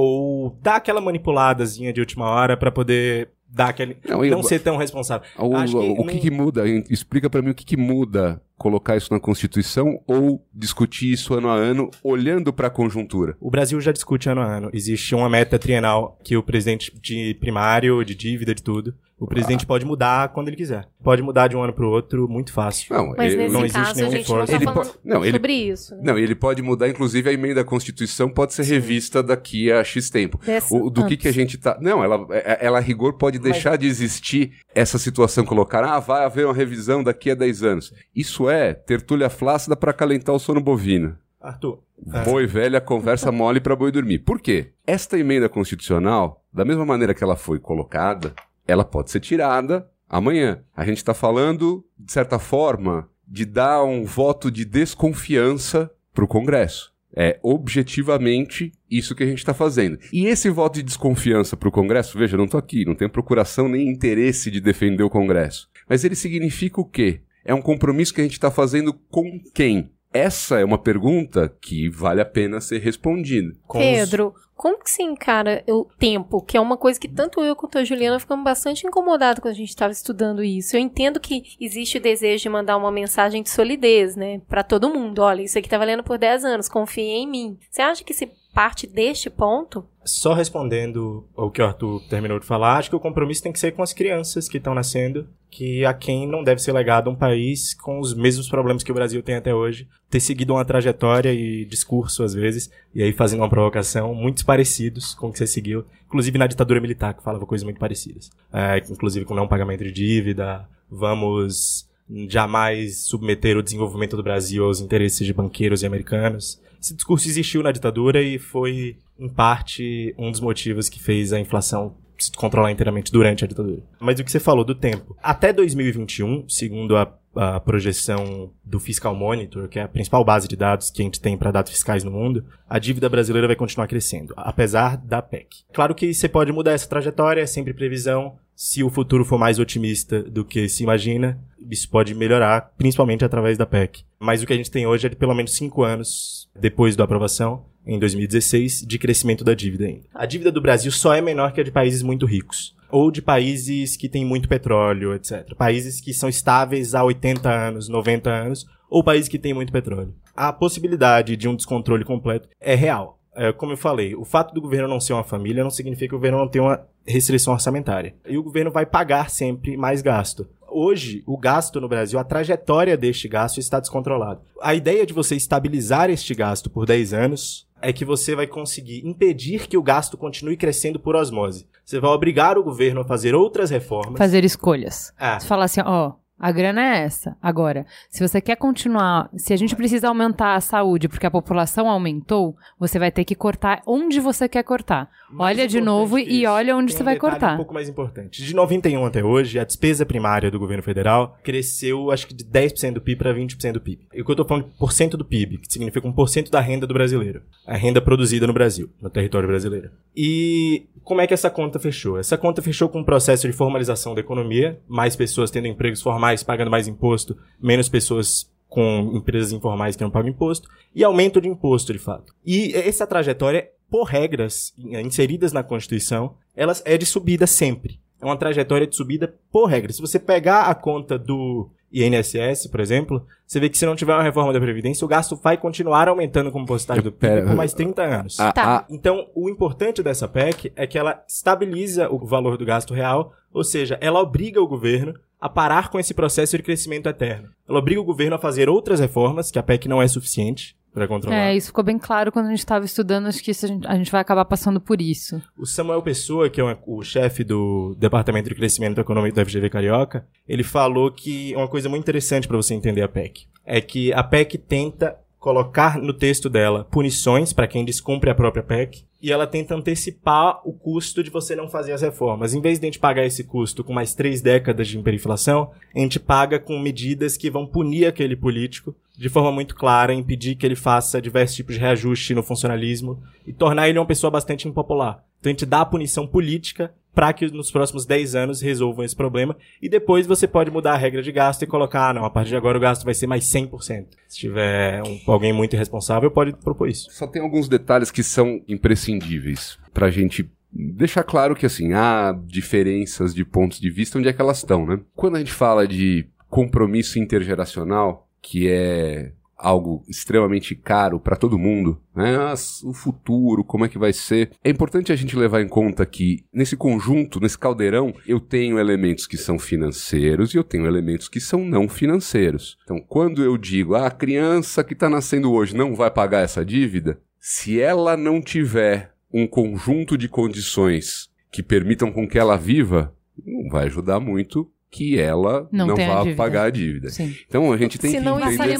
S7: ou dar aquela manipuladazinha de última hora para poder dar aquele... Não ser tão responsável.
S6: O que muda? Explica para mim o que muda colocar isso na Constituição ou discutir isso ano a ano, olhando para a conjuntura?
S7: O Brasil já discute ano a ano. Existe uma meta trienal que o presidente de primário, de dívida, de tudo, o presidente pode mudar quando ele quiser. Pode mudar de um ano para o outro muito fácil.
S2: Mas nesse caso a gente não está falando sobre isso. Né?
S6: Não, ele pode mudar, inclusive a emenda da Constituição pode ser revista daqui a X tempo. Do que a gente tá... Não, ela a rigor pode deixar de existir essa situação, colocar, vai haver uma revisão daqui a 10 anos. Isso é tertúlia flácida para acalentar o sono bovino.
S7: Arthur.
S6: Boi velha, conversa mole para boi dormir. Por quê? Esta emenda constitucional, da mesma maneira que ela foi colocada, ela pode ser tirada amanhã. A gente está falando, de certa forma, de dar um voto de desconfiança para o Congresso. É objetivamente isso que a gente está fazendo. E esse voto de desconfiança para o Congresso, veja, eu não estou aqui, não tenho procuração nem interesse de defender o Congresso. Mas ele significa o quê? É um compromisso que a gente está fazendo com quem? Essa é uma pergunta que vale a pena ser respondida.
S2: Pedro, como que você encara o tempo? Que é uma coisa que tanto eu quanto a Juliana ficamos bastante incomodados quando a gente estava estudando isso. Eu entendo que existe o desejo de mandar uma mensagem de solidez, né? Para todo mundo. Olha, isso aqui tá valendo por 10 anos, confiem em mim. Você acha que se parte deste ponto?
S7: Só respondendo ao que o Arthur terminou de falar, acho que o compromisso tem que ser com as crianças que estão nascendo, que a quem não deve ser legado um país com os mesmos problemas que o Brasil tem até hoje, ter seguido uma trajetória e discurso, às vezes, e aí fazendo uma provocação, muitos parecidos com o que você seguiu, inclusive na ditadura militar, que falava coisas muito parecidas. Inclusive com não pagamento de dívida, vamos jamais submeter o desenvolvimento do Brasil aos interesses de banqueiros e americanos. Esse discurso existiu na ditadura e foi, em parte, um dos motivos que fez a inflação se controlar inteiramente durante a ditadura. Mas o que você falou do tempo. Até 2021, segundo a projeção do Fiscal Monitor, que é a principal base de dados que a gente tem para dados fiscais no mundo, a dívida brasileira vai continuar crescendo, apesar da PEC. Claro que você pode mudar essa trajetória, é sempre previsão. Se o futuro for mais otimista do que se imagina, isso pode melhorar, principalmente através da PEC. Mas o que a gente tem hoje é de pelo menos 5 anos, depois da aprovação, em 2016, de crescimento da dívida ainda. A dívida do Brasil só é menor que a de países muito ricos, ou de países que têm muito petróleo, etc. Países que são estáveis há 80 anos, 90 anos, ou países que têm muito petróleo. A possibilidade de um descontrole completo é real. Como eu falei, o fato do governo não ser uma família não significa que o governo não tenha uma restrição orçamentária. E o governo vai pagar sempre mais gasto. Hoje, o gasto no Brasil, a trajetória deste gasto está descontrolada. A ideia de você estabilizar este gasto por 10 anos é que você vai conseguir impedir que o gasto continue crescendo por osmose. Você vai obrigar o governo a fazer outras reformas.
S3: Fazer escolhas. Você fala assim, a grana é essa. Agora, se você quer continuar, se a gente precisa aumentar a saúde porque a população aumentou, você vai ter que cortar onde você quer cortar. Olha de novo e olha onde você vai cortar.
S7: Um pouco mais importante. De 91 até hoje, a despesa primária do governo federal cresceu, acho que de 10% do PIB para 20% do PIB. E o que eu estou falando de porcento do PIB, que significa 1% da renda do brasileiro. A renda produzida no Brasil, no território brasileiro. E como é que essa conta fechou? Essa conta fechou com um processo de formalização da economia, mais pessoas tendo empregos formais, pagando mais imposto, menos pessoas com empresas informais que não pagam imposto, e aumento de imposto, de fato. E essa trajetória, por regras inseridas na Constituição, ela é de subida sempre. É uma trajetória de subida por regra. Se você pegar a conta do INSS, por exemplo, você vê que se não tiver uma reforma da Previdência, o gasto vai continuar aumentando como porcentagem do PIB por mais 30 anos. Então, o importante dessa PEC é que ela estabiliza o valor do gasto real, ou seja, ela obriga o governo a parar com esse processo de crescimento eterno. Ela obriga o governo a fazer outras reformas, que a PEC não é suficiente para controlar.
S3: Isso ficou bem claro quando a gente estava estudando, acho que a gente vai acabar passando por isso.
S7: O Samuel Pessoa, que é o chefe do Departamento de Crescimento Econômico da FGV Carioca, ele falou que uma coisa muito interessante para você entender a PEC é que a PEC tenta colocar no texto dela punições para quem descumpre a própria PEC, e ela tenta antecipar o custo de você não fazer as reformas. Em vez de a gente pagar esse custo com mais 3 décadas de hiperinflação, a gente paga com medidas que vão punir aquele político de forma muito clara, impedir que ele faça diversos tipos de reajuste no funcionalismo e tornar ele uma pessoa bastante impopular. Então a gente dá a punição política para que nos próximos 10 anos resolvam esse problema, e depois você pode mudar a regra de gasto e colocar, a partir de agora o gasto vai ser mais 100%. Se tiver alguém muito irresponsável, pode propor isso.
S6: Só tem alguns detalhes que são imprescindíveis pra gente deixar claro que, assim, há diferenças de pontos de vista, onde é que elas estão, né? Quando a gente fala de compromisso intergeracional, que é algo extremamente caro para todo mundo, né? O futuro, como é que vai ser? É importante a gente levar em conta que nesse conjunto, nesse caldeirão, eu tenho elementos que são financeiros e eu tenho elementos que são não financeiros. Então, quando eu digo, a criança que está nascendo hoje não vai pagar essa dívida, se ela não tiver um conjunto de condições que permitam com que ela viva, não vai ajudar muito que ela não vá pagar a dívida. Sim. Então a gente tem que entender...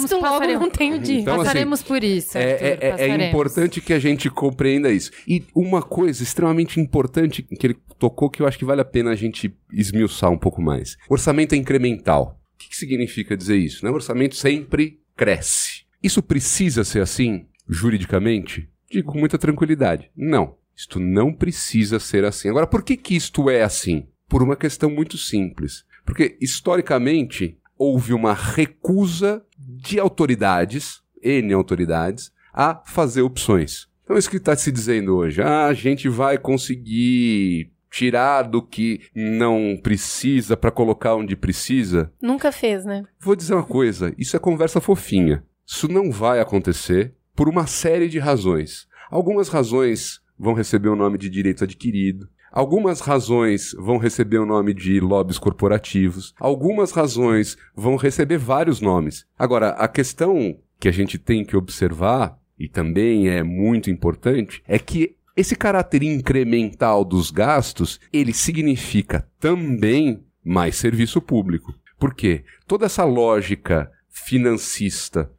S3: Passaremos por isso.
S6: É importante que a gente compreenda isso. E uma coisa extremamente importante que ele tocou, que eu acho que vale a pena a gente esmiuçar um pouco mais. Orçamento é incremental. O que significa dizer isso? Né? O orçamento sempre cresce. Isso precisa ser assim, juridicamente? Digo com muita tranquilidade. Não. Isto não precisa ser assim. Agora, por que isto é assim? Por uma questão muito simples. Porque, historicamente, houve uma recusa de autoridades, N autoridades, a fazer opções. Então, isso que está se dizendo hoje, a gente vai conseguir tirar do que não precisa para colocar onde precisa.
S2: Nunca fez, né?
S6: Vou dizer uma coisa, isso é conversa fofinha. Isso não vai acontecer por uma série de razões. Algumas razões vão receber o nome de direito adquirido. Algumas razões vão receber o nome de lobbies corporativos. Algumas razões vão receber vários nomes. Agora, a questão que a gente tem que observar, e também é muito importante, é que esse caráter incremental dos gastos, ele significa também mais serviço público. Por quê? Toda essa lógica financista que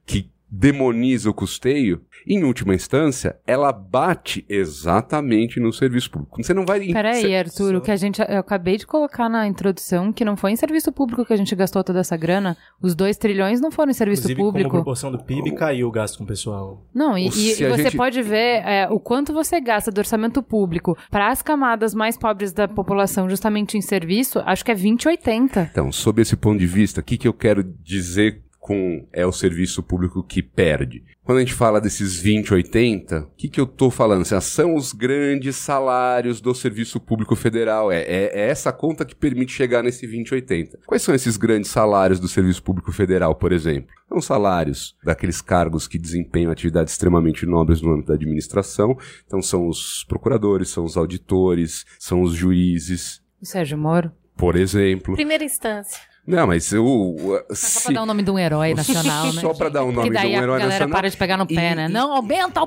S6: demoniza o custeio, em última instância, ela bate exatamente no serviço público. Você não vai...
S3: Peraí, Arthur, o que eu acabei de colocar na introdução, que não foi em serviço público que a gente gastou toda essa grana, os 2 trilhões não foram em serviço
S7: Inclusive,
S3: público.
S7: como proporção do PIB, caiu o gasto com o pessoal.
S3: Não, e
S6: Se a
S3: você
S6: gente-
S3: pode ver o quanto você gasta do orçamento público para as camadas mais pobres da população justamente em serviço, acho que é 20/80.
S6: Então, sob esse ponto de vista, o que eu quero dizer com o serviço público que perde? Quando a gente fala desses 20/80, o que eu tô falando? São os grandes salários do serviço público federal. É essa conta que permite chegar nesse 20/80. Quais são esses grandes salários do serviço público federal, por exemplo? São salários daqueles cargos que desempenham atividades extremamente nobres no âmbito da administração. Então são os procuradores, são os auditores, são os juízes,
S3: O Sérgio Moro.
S6: por exemplo.
S2: Primeira instância.
S6: Não, mas
S3: Só pra dar o nome de um herói nacional, né?
S6: Só pra dar o nome
S3: Que daí
S6: de um herói
S3: a galera
S6: nacional.
S3: para de pegar no pé, né? Não, aumenta.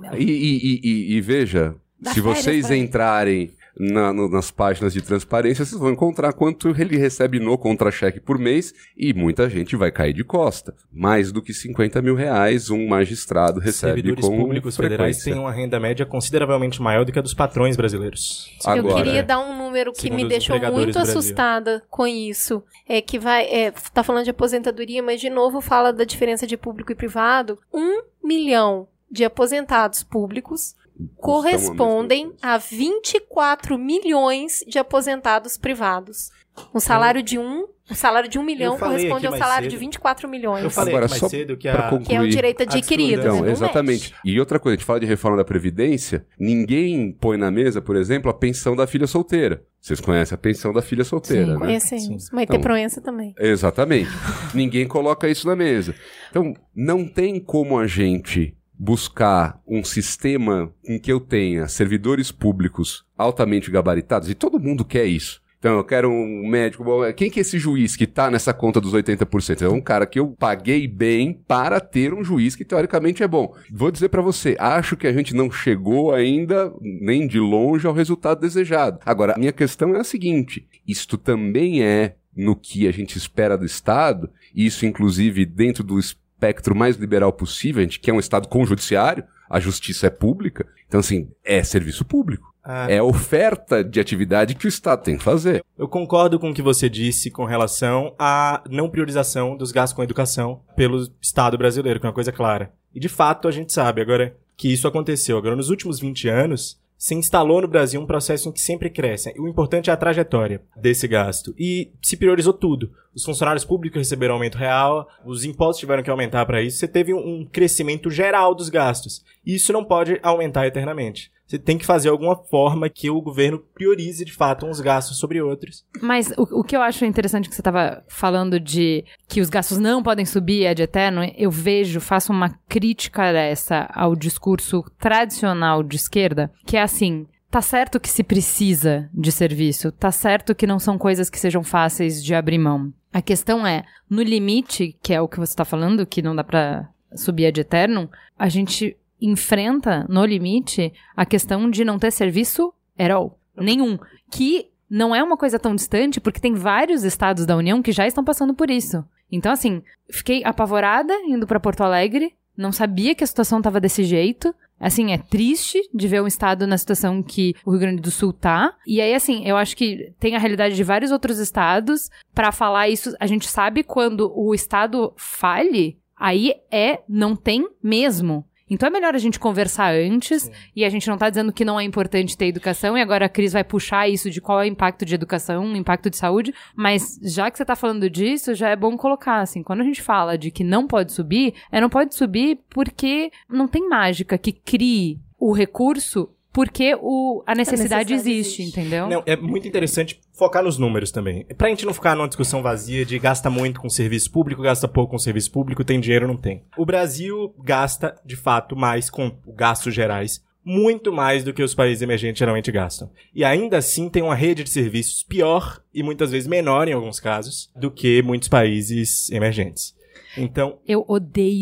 S6: E veja,
S3: Dá
S6: se
S3: férias
S6: vocês
S3: pra ele.
S6: entrarem nas páginas de transparência, vocês vão encontrar quanto ele recebe no contra-cheque por mês e muita gente vai cair de costa. Mais do que R$50 mil um magistrado recebe
S7: Servidores
S6: com
S7: públicos federais
S6: frequência.
S7: têm uma renda média consideravelmente maior do que a dos patrões brasileiros.
S2: Eu
S6: Agora,
S2: queria dar um número que
S7: segundo
S2: me
S7: os
S2: deixou
S7: empregadores
S2: muito
S7: do Brasil.
S2: assustada com isso. Que tá falando de aposentadoria, mas de novo fala da diferença de público e privado. 1 milhão de aposentados públicos correspondem a 24 milhões de aposentados privados. O salário de 1 milhão
S7: Eu falei
S2: corresponde
S7: aqui
S2: ao
S7: mais
S2: salário
S7: cedo.
S2: de 24 milhões.
S7: Eu falei
S6: Agora,
S7: mais
S6: só
S7: cedo que
S6: pra
S2: Que é o direito adquirido.
S7: absurda.
S2: né?
S6: Então,
S2: Não
S6: exatamente.
S2: mexe.
S6: E outra coisa, a gente fala de reforma da Previdência, ninguém põe na mesa, por exemplo, a pensão da filha solteira. Vocês conhecem a pensão da filha solteira,
S3: Sim,
S6: né?
S2: Conhecemos. Mas
S6: Então,
S2: ter Proença também.
S6: Exatamente. Ninguém coloca isso na mesa. Então, não tem como a gente buscar um sistema em que eu tenha servidores públicos altamente gabaritados, e todo mundo quer isso. Então, eu quero um médico... Bom, quem que é esse juiz que tá nessa conta dos 80%? É um cara que eu paguei bem para ter um juiz que, teoricamente, é bom. Vou dizer pra você, acho que a gente não chegou ainda, nem de longe, ao resultado desejado. Agora, a minha questão é a seguinte, isto também é no que a gente espera do Estado, e isso, inclusive, dentro do espectro mais liberal possível, a gente quer um Estado com judiciário, a justiça é pública, então, assim, é serviço público. É a oferta de atividade que o Estado tem que fazer.
S7: Eu concordo com o que você disse com relação à não priorização dos gastos com educação pelo Estado brasileiro, que é uma coisa clara. E de fato a gente sabe agora que isso aconteceu. Agora, nos últimos 20 anos, se instalou no Brasil um processo em que sempre cresce. E o importante é a trajetória desse gasto. E se priorizou tudo. Os funcionários públicos receberam aumento real, os impostos tiveram que aumentar para isso. Você teve um crescimento geral dos gastos. E isso não pode aumentar eternamente. Você tem que fazer alguma forma que o governo priorize, de fato, uns gastos sobre outros.
S3: Mas o que eu acho interessante que você estava falando de que os gastos não podem subir ad eterno, eu faço uma crítica dessa ao discurso tradicional de esquerda, que é assim, tá certo que se precisa de serviço, tá certo que não são coisas que sejam fáceis de abrir mão. A questão é, no limite, que é o que você tá falando, que não dá pra subir ad eterno, a gente enfrenta, no limite, a questão de não ter serviço at all. Nenhum. Que não é uma coisa tão distante, porque tem vários estados da União que já estão passando por isso. Então, assim, fiquei apavorada indo pra Porto Alegre, não sabia que a situação tava desse jeito. Assim, é triste de ver um estado na situação que o Rio Grande do Sul tá. E aí, assim, eu acho que tem a realidade de vários outros estados. Pra falar isso, a gente sabe quando o estado fale, aí não tem mesmo. Então é melhor a gente conversar antes, e a gente não tá dizendo que não é importante ter educação, e agora a Cris vai puxar isso de qual é o impacto de educação, o impacto de saúde, mas já que você tá falando disso, já é bom colocar, assim, quando a gente fala de que não pode subir, não pode subir porque não tem mágica que crie o recurso porque a necessidade existe, entendeu?
S7: Não, é muito interessante focar nos números também. Pra gente não ficar numa discussão vazia de gasta muito com serviço público, gasta pouco com serviço público, tem dinheiro, não tem. O Brasil gasta, de fato, mais com gastos gerais, muito mais do que os países emergentes geralmente gastam. E ainda assim tem uma rede de serviços pior e muitas vezes menor em alguns casos do que muitos países emergentes. Então,
S3: eu odeio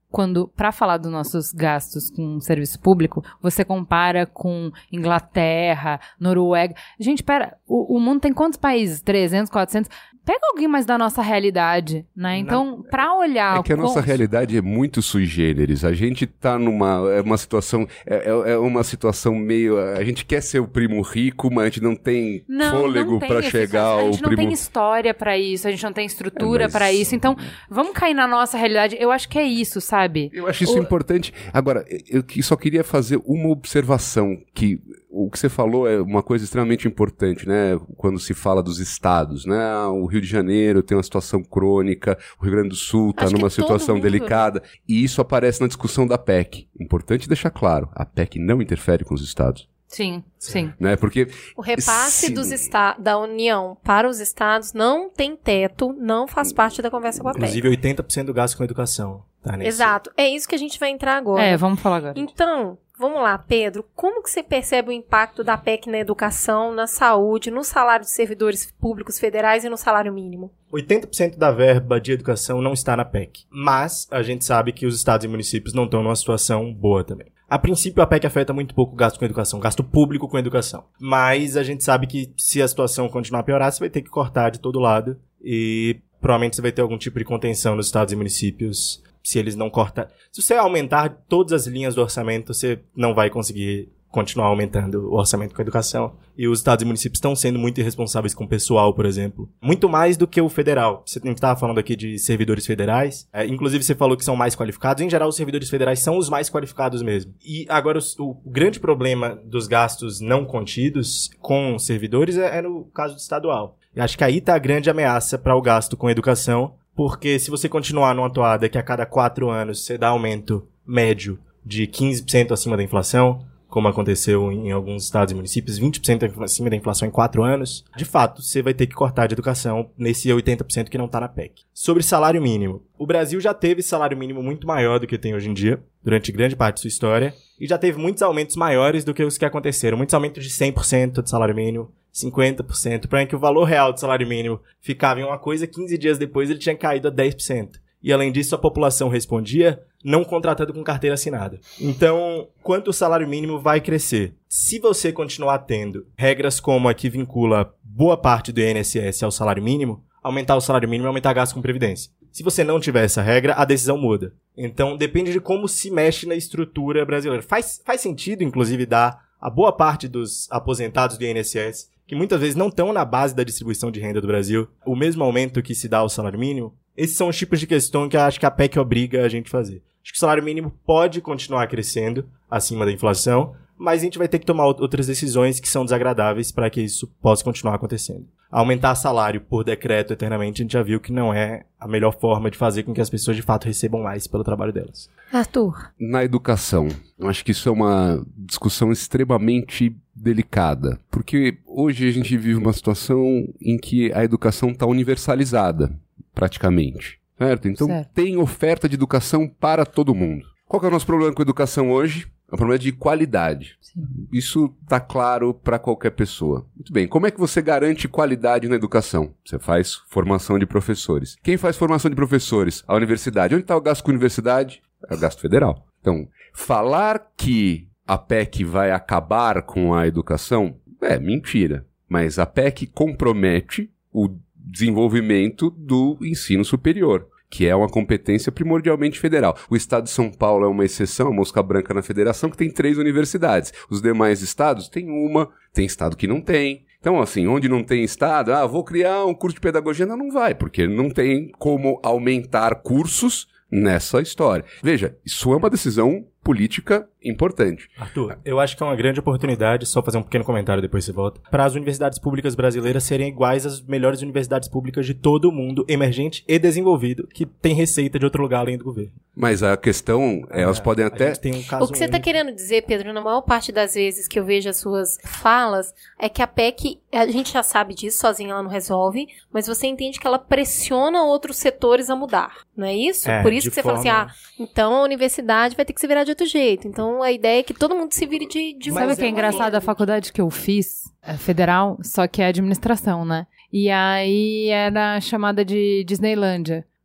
S3: quando, para falar dos nossos gastos com serviço público, você compara com Inglaterra, Noruega. Gente, pera, o mundo tem quantos países? 300, 400? Pega alguém mais da nossa realidade, né? Então, para olhar...
S6: É que a nossa realidade é muito sui generis. A gente tá uma situação... É uma situação meio... A gente quer ser o primo rico, mas a gente não tem fôlego para chegar ao primo...
S3: A gente não tem história para isso, a gente não tem estrutura para isso. Então, vamos cair na nossa realidade. Eu acho que é isso, sabe?
S6: Eu acho isso importante. Agora, eu só queria fazer uma observação, que o que você falou é uma coisa extremamente importante, né? Quando se fala dos estados, né? O Rio de Janeiro tem uma situação crônica, o Rio Grande do Sul está numa situação delicada, e isso aparece na discussão da PEC. Importante deixar claro, a PEC não interfere com os estados.
S3: Sim, sim.
S6: Né? Porque
S2: o repasse da União para os estados não tem teto, não faz parte da conversa com a PEC.
S7: Inclusive 80% do gasto com educação. Tá nesse.
S2: Exato. É isso que a gente vai entrar agora.
S3: Vamos falar agora.
S2: Então, vamos lá, Pedro. Como que você percebe o impacto da PEC na educação, na saúde, no salário de servidores públicos federais e no salário mínimo?
S7: 80% da verba de educação não está na PEC. Mas a gente sabe que os estados e municípios não estão numa situação boa também. A princípio, a PEC afeta muito pouco o gasto com educação, gasto público com educação. Mas a gente sabe que se a situação continuar a piorar, você vai ter que cortar de todo lado. E provavelmente você vai ter algum tipo de contenção nos estados e municípios. Se eles não cortam... Se você aumentar todas as linhas do orçamento, você não vai conseguir continuar aumentando o orçamento com a educação. E os estados e municípios estão sendo muito irresponsáveis com o pessoal, por exemplo. Muito mais do que o federal. Você estava falando aqui de servidores federais. Inclusive, você falou que são mais qualificados. Em geral, os servidores federais são os mais qualificados mesmo. E agora, o grande problema dos gastos não contidos com servidores é no caso do estadual. E acho que aí está a grande ameaça para o gasto com educação. Porque se você continuar numa toada que a cada 4 anos você dá aumento médio de 15% acima da inflação, como aconteceu em alguns estados e municípios, 20% acima da inflação em 4 anos, de fato, você vai ter que cortar de educação nesse 80% que não está na PEC. Sobre salário mínimo. O Brasil já teve salário mínimo muito maior do que tem hoje em dia, durante grande parte de sua história, e já teve muitos aumentos maiores do que os que aconteceram. Muitos aumentos de 100% de salário mínimo, 50%, para que o valor real do salário mínimo ficava em uma coisa, 15 dias depois ele tinha caído a 10%. E além disso, a população respondia não contratando com carteira assinada. Então, quanto o salário mínimo vai crescer? Se você continuar tendo regras como a que vincula boa parte do INSS ao salário mínimo, aumentar o salário mínimo é aumentar gasto com previdência. Se você não tiver essa regra, a decisão muda. Então, depende de como se mexe na estrutura brasileira. Faz sentido, inclusive, dar a boa parte dos aposentados do INSS, que muitas vezes não estão na base da distribuição de renda do Brasil, o mesmo aumento que se dá ao salário mínimo. Esses são os tipos de questão que eu acho que a PEC obriga a gente a fazer. Acho que o salário mínimo pode continuar crescendo acima da inflação, mas a gente vai ter que tomar outras decisões que são desagradáveis para que isso possa continuar acontecendo. Aumentar salário por decreto eternamente, a gente já viu que não é a melhor forma de fazer com que as pessoas de fato recebam mais pelo trabalho delas.
S2: Arthur.
S6: Na educação, eu acho que isso é uma discussão extremamente delicada, porque hoje a gente vive uma situação em que a educação está universalizada, praticamente, certo? Então tem oferta de educação para todo mundo. Qual que é o nosso problema com a educação hoje? É um problema de qualidade. Sim. Isso está claro para qualquer pessoa. Muito bem, como é que você garante qualidade na educação? Você faz formação de professores. Quem faz formação de professores? A universidade. Onde está o gasto com a universidade? É o gasto federal. Então, falar que a PEC vai acabar com a educação é mentira. Mas a PEC compromete o desenvolvimento do ensino superior, que é uma competência primordialmente federal. O estado de São Paulo é uma exceção, a mosca branca na federação, que tem 3 universidades. Os demais estados têm uma, tem estado que não tem. Então, assim, onde não tem estado, vou criar um curso de pedagogia, não vai, porque não tem como aumentar cursos nessa história. Veja, isso é uma decisão política importante.
S7: Arthur, eu acho que é uma grande oportunidade, só fazer um pequeno comentário depois você volta, para as universidades públicas brasileiras serem iguais às melhores universidades públicas de todo o mundo, emergente e desenvolvido, que tem receita de outro lugar além do governo.
S6: Mas a questão, elas podem até...
S2: O que você está querendo dizer, Pedro, na maior parte das vezes que eu vejo as suas falas, é que a PEC, a gente já sabe disso, sozinha ela não resolve, mas você entende que ela pressiona outros setores a mudar, não é isso? Por isso que você fala assim, então a universidade vai ter que se virar de outro jeito. Então a ideia é que todo mundo se vire de
S3: Sabe o que é engraçado? A faculdade que eu fiz, federal, só que é administração, né? E aí era chamada de Disneylândia.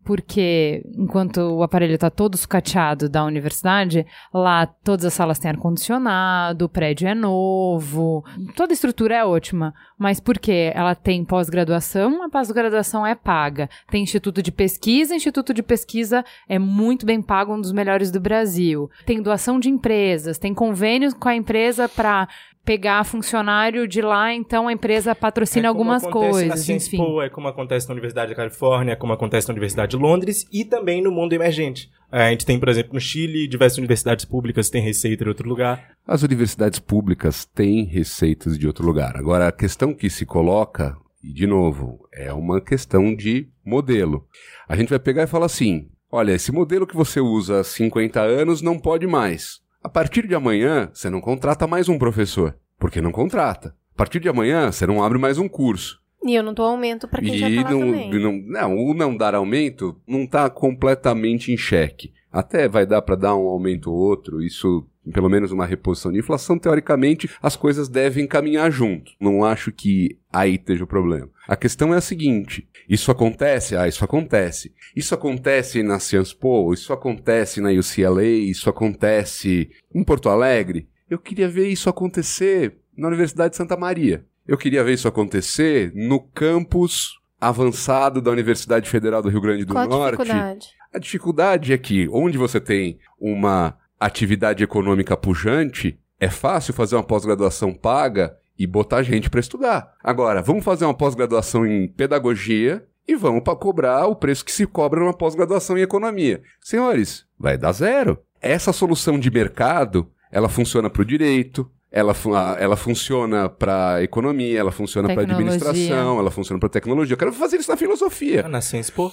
S3: porque enquanto o aparelho está todo sucateado da universidade, lá todas as salas têm ar-condicionado, o prédio é novo, toda a estrutura é ótima. Mas porque ela tem pós-graduação, a pós-graduação é paga. Tem instituto de pesquisa é muito bem pago, um dos melhores do Brasil. Tem doação de empresas, tem convênios com a empresa para pegar funcionário de lá, então a empresa patrocina algumas coisas.
S7: Na Ciencepo, é como acontece na Universidade da Califórnia, como acontece na Universidade de Londres e também no mundo emergente. A gente tem, por exemplo, no Chile, diversas universidades públicas têm receita de outro lugar.
S6: As universidades públicas têm receitas de outro lugar. Agora, a questão que se coloca, e de novo, é uma questão de modelo. A gente vai pegar e falar assim, olha, esse modelo que você usa há 50 anos não pode mais. A partir de amanhã, você não contrata mais um professor, porque não contrata. A partir de amanhã, você não abre mais um curso.
S2: E eu não dou aumento para quem já tá lá também.
S6: O não dar aumento não está completamente em xeque. Até vai dar para dar um aumento ou outro, isso, pelo menos uma reposição de inflação, teoricamente, as coisas devem caminhar junto. Não acho que aí esteja o problema. A questão é a seguinte, isso acontece? Isso acontece. Isso acontece na Ciencepo, isso acontece na UCLA, isso acontece em Porto Alegre. Eu queria ver isso acontecer na Universidade de Santa Maria. Eu queria ver isso acontecer no campus avançado da Universidade Federal do Rio Grande do Norte.
S2: Qual a dificuldade?
S6: A dificuldade é que, onde você tem uma atividade econômica pujante, é fácil fazer uma pós-graduação paga e botar gente para estudar. Agora, vamos fazer uma pós-graduação em pedagogia e vamos para cobrar o preço que se cobra numa pós-graduação em economia. Senhores, vai dar zero. Essa solução de mercado, ela funciona para o direito, ela funciona para economia, ela funciona para administração, ela funciona para tecnologia. Eu quero fazer isso na filosofia.
S7: Na Ciencepo?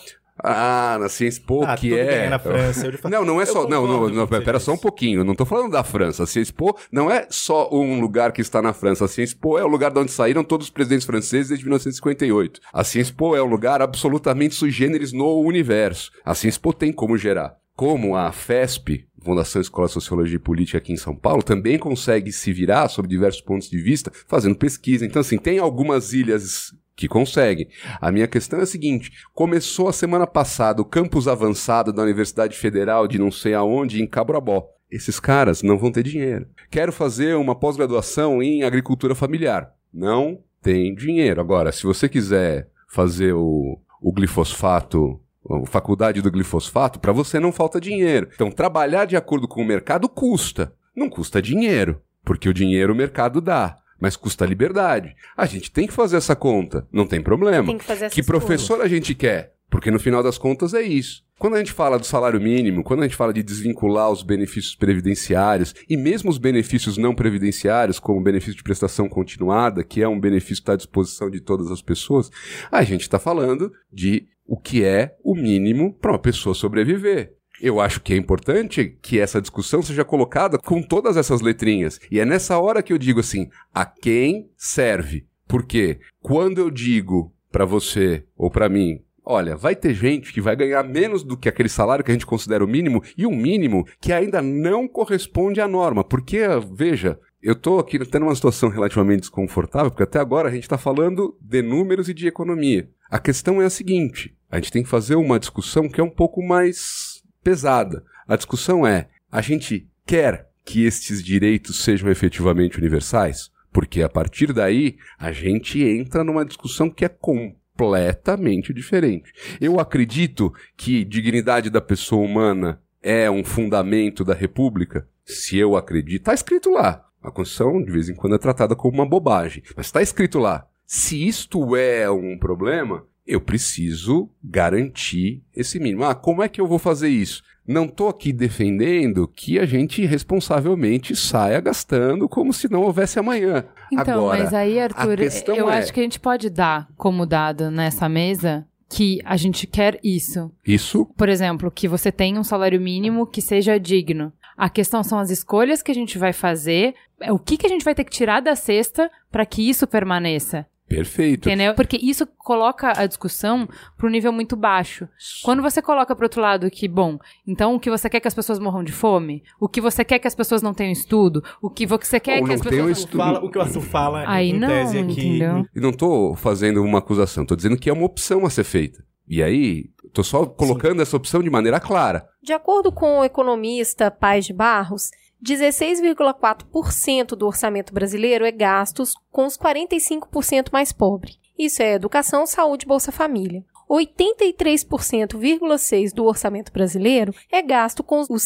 S6: Na Ciencepo, que é...
S7: na França.
S6: Não é só... Não, pera só um pouquinho. Eu não tô falando da França. A Ciencepo não é só um lugar que está na França. A Ciencepo é o lugar de onde saíram todos os presidentes franceses desde 1958. A Ciencepo é um lugar absolutamente sui generis no universo. A Ciencepo tem como gerar. Como a FESP, Fundação Escola de Sociologia e Política aqui em São Paulo, também consegue se virar sobre diversos pontos de vista, fazendo pesquisa. Então, assim, tem algumas ilhas que conseguem. A minha questão é a seguinte, começou a semana passada o campus avançado da Universidade Federal de não sei aonde, em Cabrabó. Esses caras não vão ter dinheiro. Quero fazer uma pós-graduação em agricultura familiar. Não tem dinheiro. Agora, se você quiser fazer o glifosfato, a faculdade do glifosfato, para você não falta dinheiro. Então, trabalhar de acordo com o mercado custa. Não custa dinheiro, porque o dinheiro o mercado dá. Mas custa liberdade. A gente tem que fazer essa conta. Não tem problema.
S2: Tem que fazer essa
S6: Que professor a gente quer? Porque no final das contas é isso. Quando a gente fala do salário mínimo, quando a gente fala de desvincular os benefícios previdenciários e mesmo os benefícios não previdenciários, como o benefício de prestação continuada, que é um benefício que está à disposição de todas as pessoas, a gente está falando de o que é o mínimo para uma pessoa sobreviver. Eu acho que é importante que essa discussão seja colocada com todas essas letrinhas. E é nessa hora que eu digo assim, a quem serve? Porque quando eu digo para você ou para mim, olha, vai ter gente que vai ganhar menos do que aquele salário que a gente considera o mínimo e um mínimo que ainda não corresponde à norma. Porque, veja, eu estou aqui tendo uma situação relativamente desconfortável, porque até agora a gente está falando de números e de economia. A questão é a seguinte, a gente tem que fazer uma discussão que é um pouco mais pesada. A discussão é, a gente quer que estes direitos sejam efetivamente universais? Porque a partir daí, a gente entra numa discussão que é completamente diferente. Eu acredito que dignidade da pessoa humana é um fundamento da República. Se eu acredito, está escrito lá. A Constituição, de vez em quando, é tratada como uma bobagem. Mas está escrito lá. Se isto é um problema, eu preciso garantir esse mínimo. Como é que eu vou fazer isso? Não estou aqui defendendo que a gente responsavelmente saia gastando como se não houvesse amanhã.
S3: Então,
S6: agora,
S3: mas aí, Arthur, eu acho que a gente pode dar como dado nessa mesa que a gente quer isso.
S6: Isso?
S3: Por exemplo, que você tenha um salário mínimo que seja digno. A questão são as escolhas que a gente vai fazer, o que a gente vai ter que tirar da cesta para que isso permaneça.
S6: Perfeito.
S3: Entendeu? Porque isso coloca a discussão para um nível muito baixo. Quando você coloca para outro lado que, bom, então o que você quer é que as pessoas morram de fome? O que você quer é que as pessoas não tenham estudo? O que você quer é que as pessoas...
S7: O que o Arthur fala
S3: aí
S7: em
S3: não,
S7: tese aqui...
S3: Entendeu?
S6: E não estou fazendo uma acusação, estou dizendo que é uma opção a ser feita. E aí, Tô só colocando essa opção de maneira clara.
S2: De acordo com o economista Paes de Barros, 16,4% do orçamento brasileiro é gastos com os 45% mais pobres. Isso é educação, saúde e Bolsa Família. 83,6% do orçamento brasileiro é gasto com os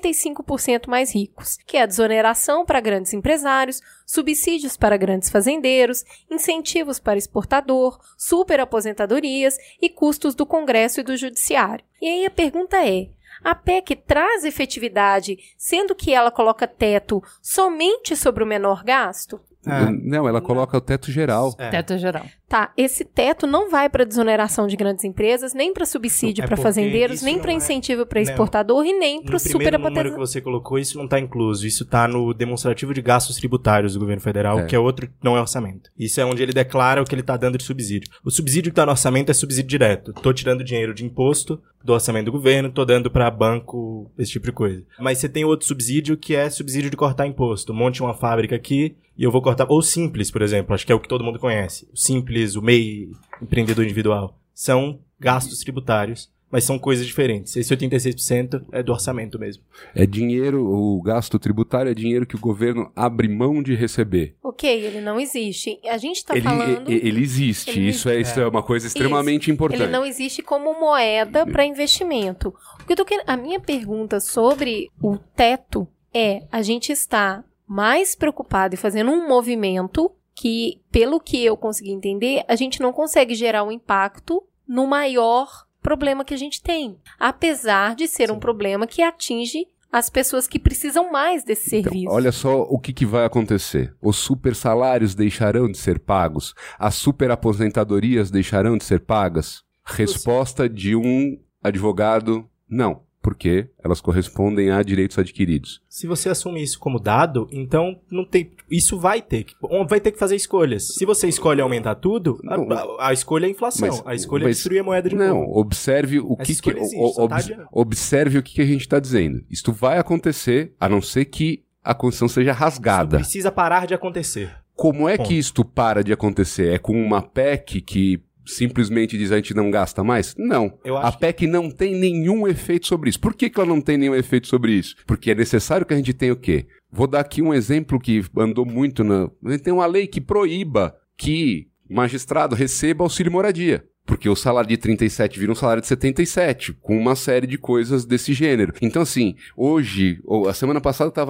S2: 55% mais ricos, que é a desoneração para grandes empresários, subsídios para grandes fazendeiros, incentivos para exportador, superaposentadorias e custos do Congresso e do Judiciário. E aí a pergunta é: a PEC traz efetividade, sendo que ela coloca teto somente sobre o menor gasto?
S6: Não, ela coloca o teto geral.
S3: Teto geral.
S2: Tá, esse teto não vai para desoneração de grandes empresas, nem para subsídio para fazendeiros, nem para incentivo para exportador e nem para o
S7: superaposentador. No número que você colocou, isso não está incluso. Isso está no demonstrativo de gastos tributários do governo federal, que é outro, não é orçamento. Isso é onde ele declara o que ele está dando de subsídio. O subsídio que está no orçamento é subsídio direto. Tô tirando dinheiro de imposto do orçamento do governo, tô dando para banco, esse tipo de coisa. Mas você tem outro subsídio que é subsídio de cortar imposto. Monte uma fábrica aqui e eu vou cortar. Ou Simples, por exemplo, acho que é o que todo mundo conhece. O Simples, o MEI, empreendedor individual. São gastos tributários, mas são coisas diferentes. Esse 86% é do orçamento mesmo.
S6: É dinheiro, o gasto tributário é dinheiro que o governo abre mão de receber.
S2: Ok, ele não existe. A gente está falando...
S6: Ele existe. Isso é uma coisa extremamente importante.
S2: Ele não existe como moeda para investimento. A minha pergunta sobre o teto é: a gente está mais preocupado em fazendo um movimento que, pelo que eu consegui entender, a gente não consegue gerar um impacto no maior problema que a gente tem. Apesar de ser um problema que atinge as pessoas que precisam mais desse serviço.
S6: Olha só o que vai acontecer. Os super salários deixarão de ser pagos? As super aposentadorias deixarão de ser pagas? Resposta de um advogado: não. Porque elas correspondem a direitos adquiridos.
S7: Se você assume isso como dado, então não tem, isso vai ter que fazer escolhas. Se você escolhe aumentar tudo, a escolha é a inflação. A escolha é destruir a moeda de novo.
S6: Não, observe o observe o que a gente está dizendo. Isto vai acontecer, a não ser que a Constituição seja rasgada.
S7: Isso precisa parar de acontecer.
S6: Como é que isto para de acontecer? É com uma PEC que simplesmente diz a gente não gasta mais? Não. A PEC não tem nenhum efeito sobre isso. Por que ela não tem nenhum efeito sobre isso? Porque é necessário que a gente tenha o quê? Vou dar aqui um exemplo que andou muito A gente tem uma lei que proíba que magistrado receba auxílio moradia. Porque o salário de 37 vira um salário de 77, com uma série de coisas desse gênero. Então, assim, hoje, a semana passada estava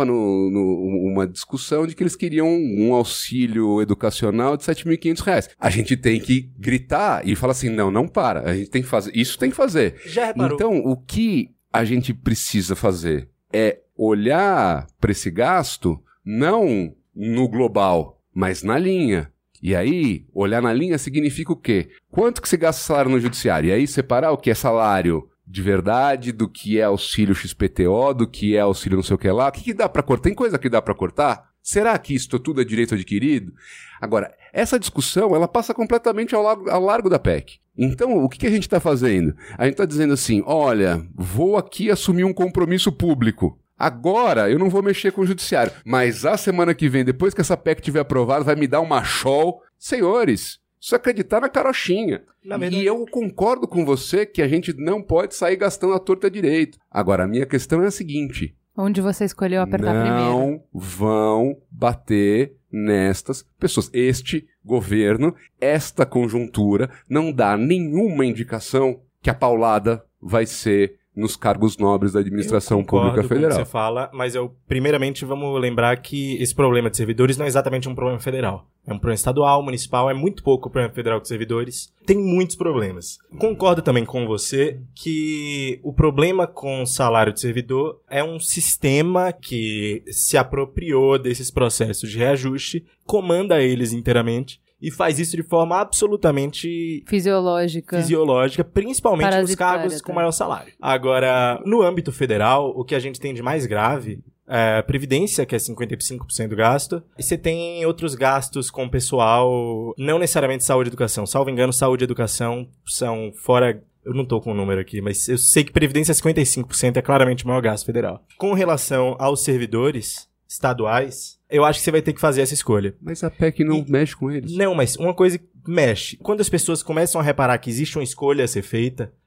S6: uma discussão de que eles queriam um auxílio educacional de R$7.500. A gente tem que gritar e falar assim: não para, a gente tem que fazer, isso tem que fazer.
S7: Já reparou?
S6: Então, o que a gente precisa fazer é olhar para esse gasto, não no global, mas na linha. E aí, olhar na linha significa o quê? Quanto que se gasta salário no judiciário? E aí, separar o que é salário de verdade, do que é auxílio XPTO, do que é auxílio não sei o que lá. O que dá pra cortar? Tem coisa que dá pra cortar? Será que isso tudo é direito adquirido? Agora, essa discussão, ela passa completamente ao largo da PEC. Então, o que a gente está fazendo? A gente está dizendo assim: olha, vou aqui assumir um compromisso público. Agora eu não vou mexer com o judiciário, mas a semana que vem, depois que essa PEC estiver aprovada, vai me dar uma show. Senhores, isso é acreditar na carochinha. E eu concordo com você que a gente não pode sair gastando a torta direito. Agora, a minha questão é a seguinte:
S3: onde você escolheu apertar primeiro?
S6: Não vão bater nestas pessoas. Este governo, esta conjuntura, não dá nenhuma indicação que a paulada vai ser nos cargos nobres da administração pública federal.
S7: Com o que você fala, mas primeiramente vamos lembrar que esse problema de servidores não é exatamente um problema federal. É um problema estadual, municipal, é muito pouco o problema federal de servidores. Tem muitos problemas. Concordo também com você que o problema com o salário de servidor é um sistema que se apropriou desses processos de reajuste, comanda eles inteiramente e faz isso de forma absolutamente
S3: fisiológica,
S7: principalmente nos cargos com maior salário. Agora, no âmbito federal, o que a gente tem de mais grave é a Previdência, que é 55% do gasto, e você tem outros gastos com pessoal, não necessariamente saúde e educação. Salvo engano, saúde e educação são fora... Eu não tô com o número aqui, mas eu sei que Previdência é 55%, é claramente o maior gasto federal. Com relação aos servidores estaduais, eu acho que você vai ter que fazer essa escolha.
S6: Mas a PEC não mexe com eles.
S7: Não, mas uma coisa mexe. Quando as pessoas começam a reparar que existe uma escolha a ser feita,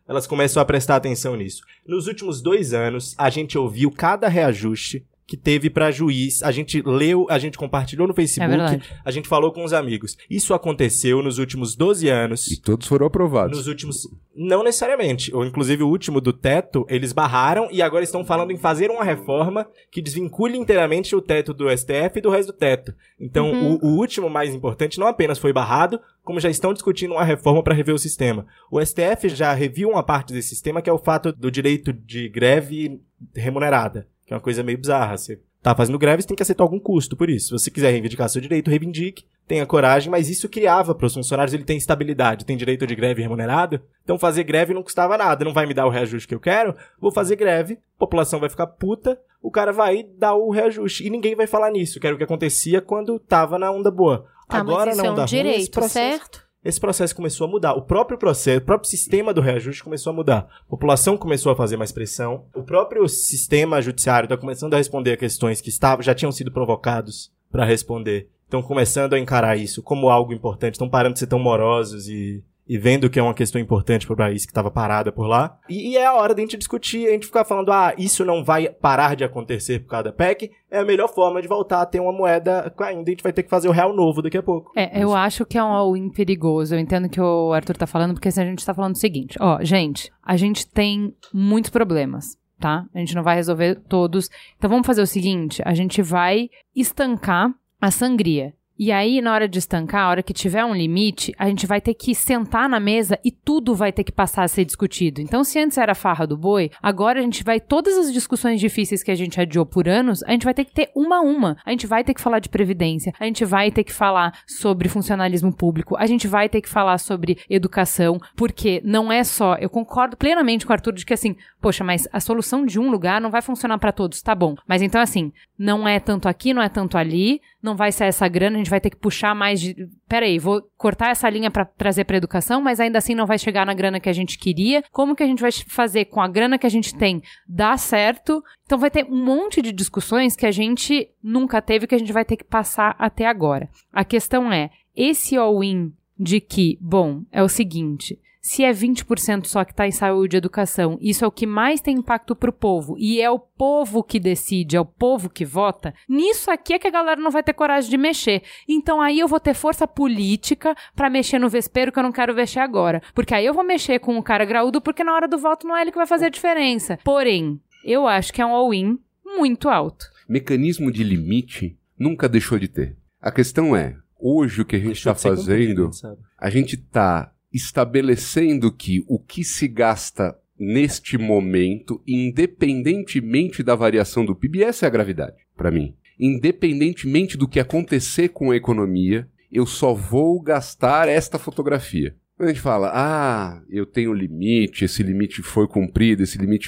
S8: elas começam a prestar atenção nisso. Nos últimos 2 anos, a gente ouviu cada reajuste que teve pra juiz, a gente leu, a gente compartilhou no Facebook, a gente falou com os amigos. Isso aconteceu nos últimos 12 anos.
S6: E todos foram aprovados.
S8: Nos últimos... Não necessariamente. Ou, inclusive, o último do teto, eles barraram e agora estão falando em fazer uma reforma que desvincule inteiramente o teto do STF e do resto do teto. Então, o último mais importante não apenas foi barrado, como já estão discutindo uma reforma para rever o sistema. O STF já reviu uma parte desse sistema, que é o fato do direito de greve remunerada. Que é uma coisa meio bizarra. Você tá fazendo greve, você tem que aceitar algum custo por isso. Se você quiser reivindicar seu direito, reivindique, tenha coragem, mas isso criava para os funcionários, ele tem estabilidade, tem direito de greve remunerado, então fazer greve não custava nada, não vai me dar o reajuste que eu quero, vou fazer greve, a população vai ficar puta, o cara vai dar o reajuste, e ninguém vai falar nisso, que era o que acontecia quando tava na onda boa. Agora
S2: mas isso
S8: não
S2: é um
S8: dá
S2: direito, certo?
S8: Esse processo começou a mudar. O próprio sistema do reajuste começou a mudar. A população começou a fazer mais pressão. O próprio sistema judiciário está começando a responder a questões que já tinham sido provocados para responder. Estão começando a encarar isso como algo importante. Estão parando de ser tão morosos e vendo que é uma questão importante para o país que estava parada por lá. E é a hora de a gente discutir, a gente ficar falando, isso não vai parar de acontecer por causa da PEC, é a melhor forma de voltar a ter uma moeda ainda, a gente vai ter que fazer o real novo daqui a pouco.
S3: Eu acho que é um all-in perigoso, eu entendo que o Arthur tá falando, porque assim, a gente tá falando o seguinte, gente, a gente tem muitos problemas, tá? A gente não vai resolver todos, então vamos fazer o seguinte, a gente vai estancar a sangria. E aí, na hora de estancar, a hora que tiver um limite, a gente vai ter que sentar na mesa e tudo vai ter que passar a ser discutido. Então, se antes era a farra do boi, agora a gente vai... Todas as discussões difíceis que a gente adiou por anos, a gente vai ter que ter uma a uma. A gente vai ter que falar de previdência, a gente vai ter que falar sobre funcionalismo público, a gente vai ter que falar sobre educação, porque não é só... Eu concordo plenamente com o Arthur de que, assim, poxa, mas a solução de um lugar não vai funcionar pra todos, tá bom. Mas então, assim, não é tanto aqui, não é tanto ali, não vai ser essa grana, a gente vai ter que puxar mais de... Peraí, vou cortar essa linha pra trazer pra educação, mas ainda assim não vai chegar na grana que a gente queria. Como que a gente vai fazer com a grana que a gente tem dar certo? Então vai ter um monte de discussões que a gente nunca teve, que a gente vai ter que passar até agora. A questão é, esse all-in de que, bom, é o seguinte... Se é 20% só que está em saúde e educação, isso é o que mais tem impacto pro povo, e é o povo que decide, é o povo que vota, nisso aqui é que a galera não vai ter coragem de mexer. Então aí eu vou ter força política para mexer no vespeiro que eu não quero mexer agora. Porque aí eu vou mexer com o cara graúdo, porque na hora do voto não é ele que vai fazer a diferença. Porém, eu acho que é um all-in muito alto.
S6: Mecanismo de limite nunca deixou de ter. A questão é, hoje o que a gente está fazendo, a gente está estabelecendo que o que se gasta neste momento, independentemente da variação do PIB, essa é a gravidade, para mim. Independentemente do que acontecer com a economia, eu só vou gastar esta fotografia. Quando a gente fala, eu tenho limite, esse limite foi cumprido,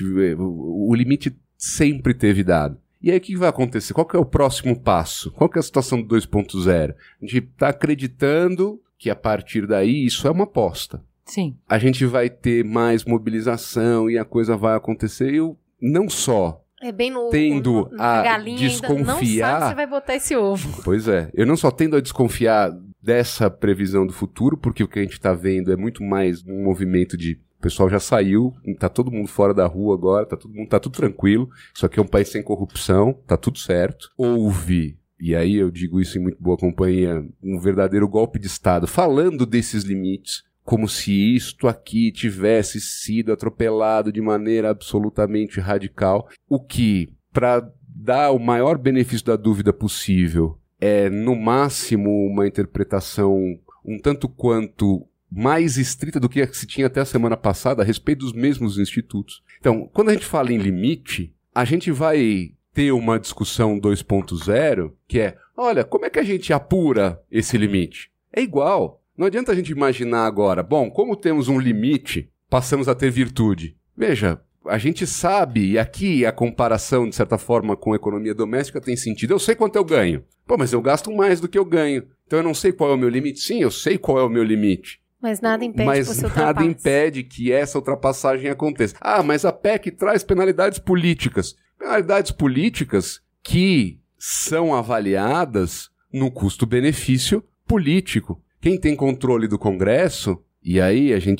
S6: o limite sempre teve dado. E aí o que vai acontecer? Qual que é o próximo passo? Qual que é a situação do 2.0? A gente está acreditando que a partir daí isso é uma aposta.
S3: Sim.
S6: A gente vai ter mais mobilização e a coisa vai acontecer. Eu não só tendo a desconfiar...
S2: Não sabe se vai botar esse ovo.
S6: Pois é. Eu não só tendo a desconfiar dessa previsão do futuro, porque o que a gente está vendo é muito mais um movimento de... O pessoal já saiu, tá todo mundo fora da rua agora, tá tudo tranquilo. Isso aqui é um país sem corrupção, tá tudo certo. Houve... E aí eu digo isso em muito boa companhia, um verdadeiro golpe de Estado, falando desses limites, como se isto aqui tivesse sido atropelado de maneira absolutamente radical, o que, para dar o maior benefício da dúvida possível, é no máximo uma interpretação um tanto quanto mais estrita do que se tinha até a semana passada a respeito dos mesmos institutos. Então, quando a gente fala em limite, a gente vai... ter uma discussão 2.0 que é, olha, como é que a gente apura esse limite? É igual. Não adianta a gente imaginar agora, bom, como temos um limite, passamos a ter virtude. Veja, a gente sabe, e aqui a comparação, de certa forma, com a economia doméstica tem sentido. Eu sei quanto eu ganho. Pô, mas eu gasto mais do que eu ganho. Então eu não sei qual é o meu limite. Sim, eu sei qual é o meu limite.
S2: Mas nada impede que você ultrapasse.
S6: Nada impede que essa ultrapassagem aconteça. Mas a PEC traz penalidades políticas. Penalidades políticas que são avaliadas no custo-benefício político. Quem tem controle do Congresso, e aí a gente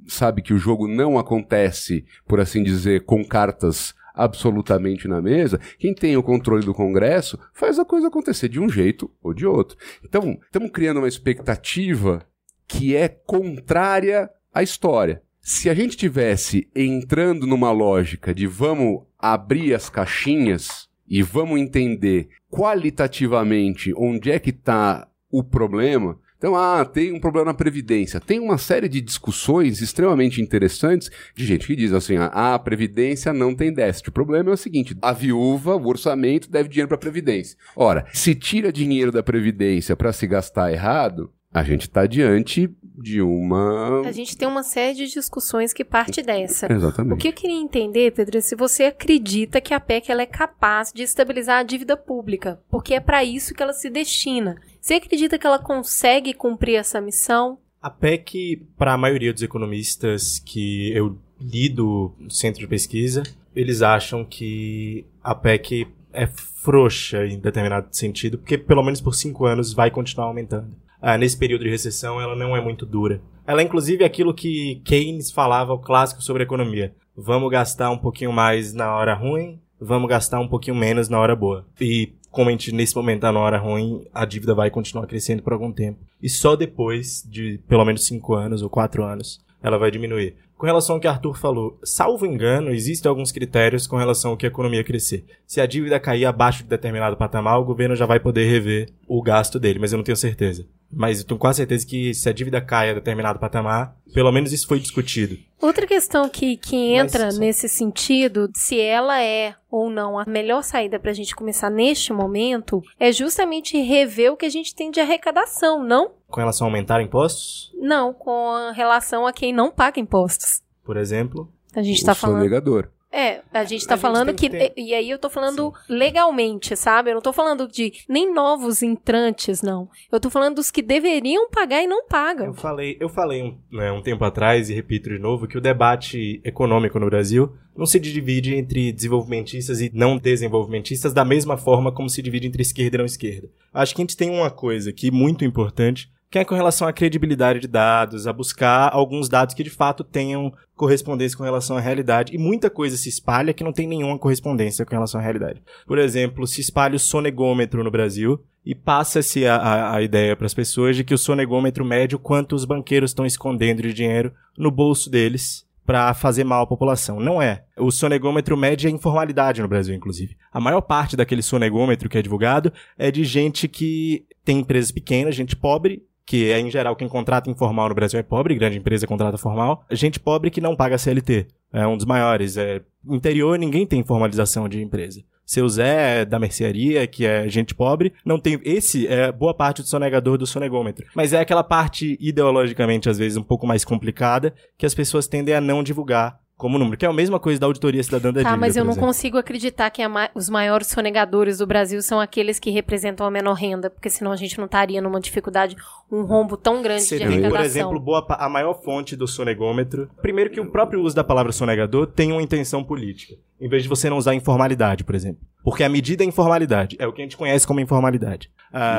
S6: sabe que o jogo não acontece, por assim dizer, com cartas absolutamente na mesa, quem tem o controle do Congresso faz a coisa acontecer de um jeito ou de outro. Então, estamos criando uma expectativa que é contrária à história. Se a gente tivesse entrando numa lógica de vamos abrir as caixinhas e vamos entender qualitativamente onde é que está o problema. Então, tem um problema na Previdência. Tem uma série de discussões extremamente interessantes de gente que diz assim, a Previdência não tem déficit. O problema é o seguinte, a viúva, o orçamento, deve dinheiro para a Previdência. Ora, se tira dinheiro da Previdência para se gastar errado, a gente está diante de uma...
S2: A gente tem uma série de discussões que parte dessa.
S6: Exatamente.
S2: O que eu queria entender, Pedro, é se você acredita que a PEC ela é capaz de estabilizar a dívida pública, porque é para isso que ela se destina. Você acredita que ela consegue cumprir essa missão?
S8: A PEC, para a maioria dos economistas que eu li do centro de pesquisa, eles acham que a PEC é frouxa em determinado sentido, porque pelo menos por 5 anos vai continuar aumentando. Nesse período de recessão, ela não é muito dura. Ela é, inclusive, aquilo que Keynes falava, o clássico sobre economia. Vamos gastar um pouquinho mais na hora ruim, vamos gastar um pouquinho menos na hora boa. E, como a gente, nesse momento, tá na hora ruim, a dívida vai continuar crescendo por algum tempo. E só depois de, pelo menos, 5 anos ou 4 anos, ela vai diminuir. Com relação ao que Arthur falou, salvo engano, existem alguns critérios com relação ao que a economia crescer. Se a dívida cair abaixo de determinado patamar, o governo já vai poder rever o gasto dele, mas eu não tenho certeza. Mas eu tenho quase certeza que se a dívida cai a determinado patamar, pelo menos isso foi discutido.
S2: Outra questão que entra nesse sentido, se ela é ou não a melhor saída para a gente começar neste momento, é justamente rever o que a gente tem de arrecadação, não?
S8: Com relação a aumentar impostos?
S2: Não, com relação a quem não paga impostos.
S8: Por exemplo?
S2: A gente tá falando...
S6: sonegador.
S2: A gente tá falando que... E aí eu tô falando legalmente, sabe? Eu não tô falando de nem novos entrantes, não. Eu tô falando dos que deveriam pagar e não pagam.
S8: Eu falei um tempo atrás, e repito de novo, que o debate econômico no Brasil não se divide entre desenvolvimentistas e não desenvolvimentistas da mesma forma como se divide entre esquerda e não esquerda. Acho que a gente tem uma coisa aqui muito importante, que é com relação à credibilidade de dados, a buscar alguns dados que de fato tenham correspondência com relação à realidade. E muita coisa se espalha que não tem nenhuma correspondência com relação à realidade. Por exemplo, se espalha o sonegômetro no Brasil e passa-se a ideia para as pessoas de que o sonegômetro mede o quanto os banqueiros estão escondendo de dinheiro no bolso deles para fazer mal à população. Não é. O sonegômetro mede a informalidade no Brasil, inclusive. A maior parte daquele sonegômetro que é divulgado é de gente que tem empresas pequenas, gente pobre, que é, em geral, quem contrata informal no Brasil é pobre, grande empresa contrata formal. Gente pobre que não paga CLT. É um dos maiores. Interior, ninguém tem formalização de empresa. Seu Zé, da mercearia, que é gente pobre, não tem... Esse é boa parte do sonegador do sonegômetro. Mas é aquela parte, ideologicamente, às vezes, um pouco mais complicada, que as pessoas tendem a não divulgar como número, que é a mesma coisa da auditoria cidadã da dívida,
S2: mas eu não
S8: exemplo.
S2: consigo acreditar que os maiores sonegadores do Brasil são aqueles que representam a menor renda, porque senão a gente não estaria numa dificuldade, um rombo tão grande de arrecadação.
S8: Por exemplo, a maior fonte do sonegômetro, primeiro que o próprio uso da palavra sonegador tem uma intenção política, em vez de você não usar informalidade, por exemplo. Porque a medida é informalidade, é o que a gente conhece como informalidade.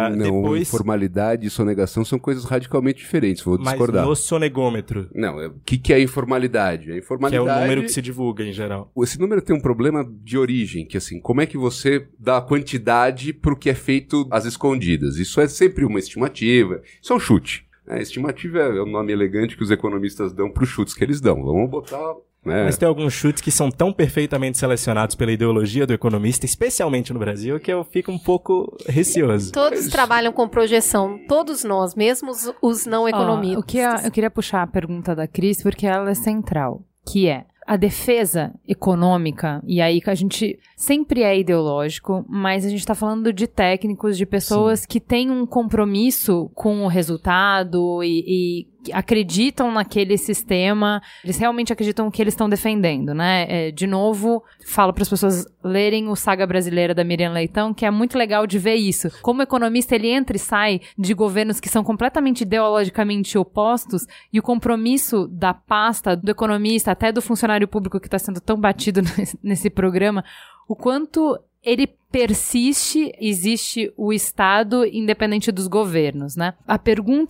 S6: Informalidade e sonegação são coisas radicalmente diferentes, vou discordar.
S8: Mas no sonegômetro...
S6: Não, o que é informalidade? A informalidade...
S8: Que é o número que se divulga, em geral.
S6: Esse número tem um problema de origem, que assim, como é que você dá a quantidade pro que é feito às escondidas? Isso é sempre uma estimativa, isso é um chute. Estimativa é o nome elegante que os economistas dão pros chutes que eles dão. Vamos botar...
S8: Mas tem alguns chutes que são tão perfeitamente selecionados pela ideologia do economista, especialmente no Brasil, que eu fico um pouco receoso.
S2: Todos trabalham com projeção, todos nós, mesmo os não economistas.
S3: Eu queria puxar a pergunta da Cris, porque ela é central, que é a defesa econômica, e aí que a gente sempre é ideológico, mas a gente está falando de técnicos, de pessoas que têm um compromisso com o resultado e acreditam naquele sistema, eles realmente acreditam no que eles estão defendendo, né? De novo, falo para as pessoas lerem o Saga Brasileira da Miriam Leitão, que é muito legal de ver isso. Como economista, ele entra e sai de governos que são completamente ideologicamente opostos, e o compromisso da pasta, do economista, até do funcionário público que está sendo tão batido nesse programa, o quanto ele persiste, existe o Estado independente dos governos, né? A pergunta é,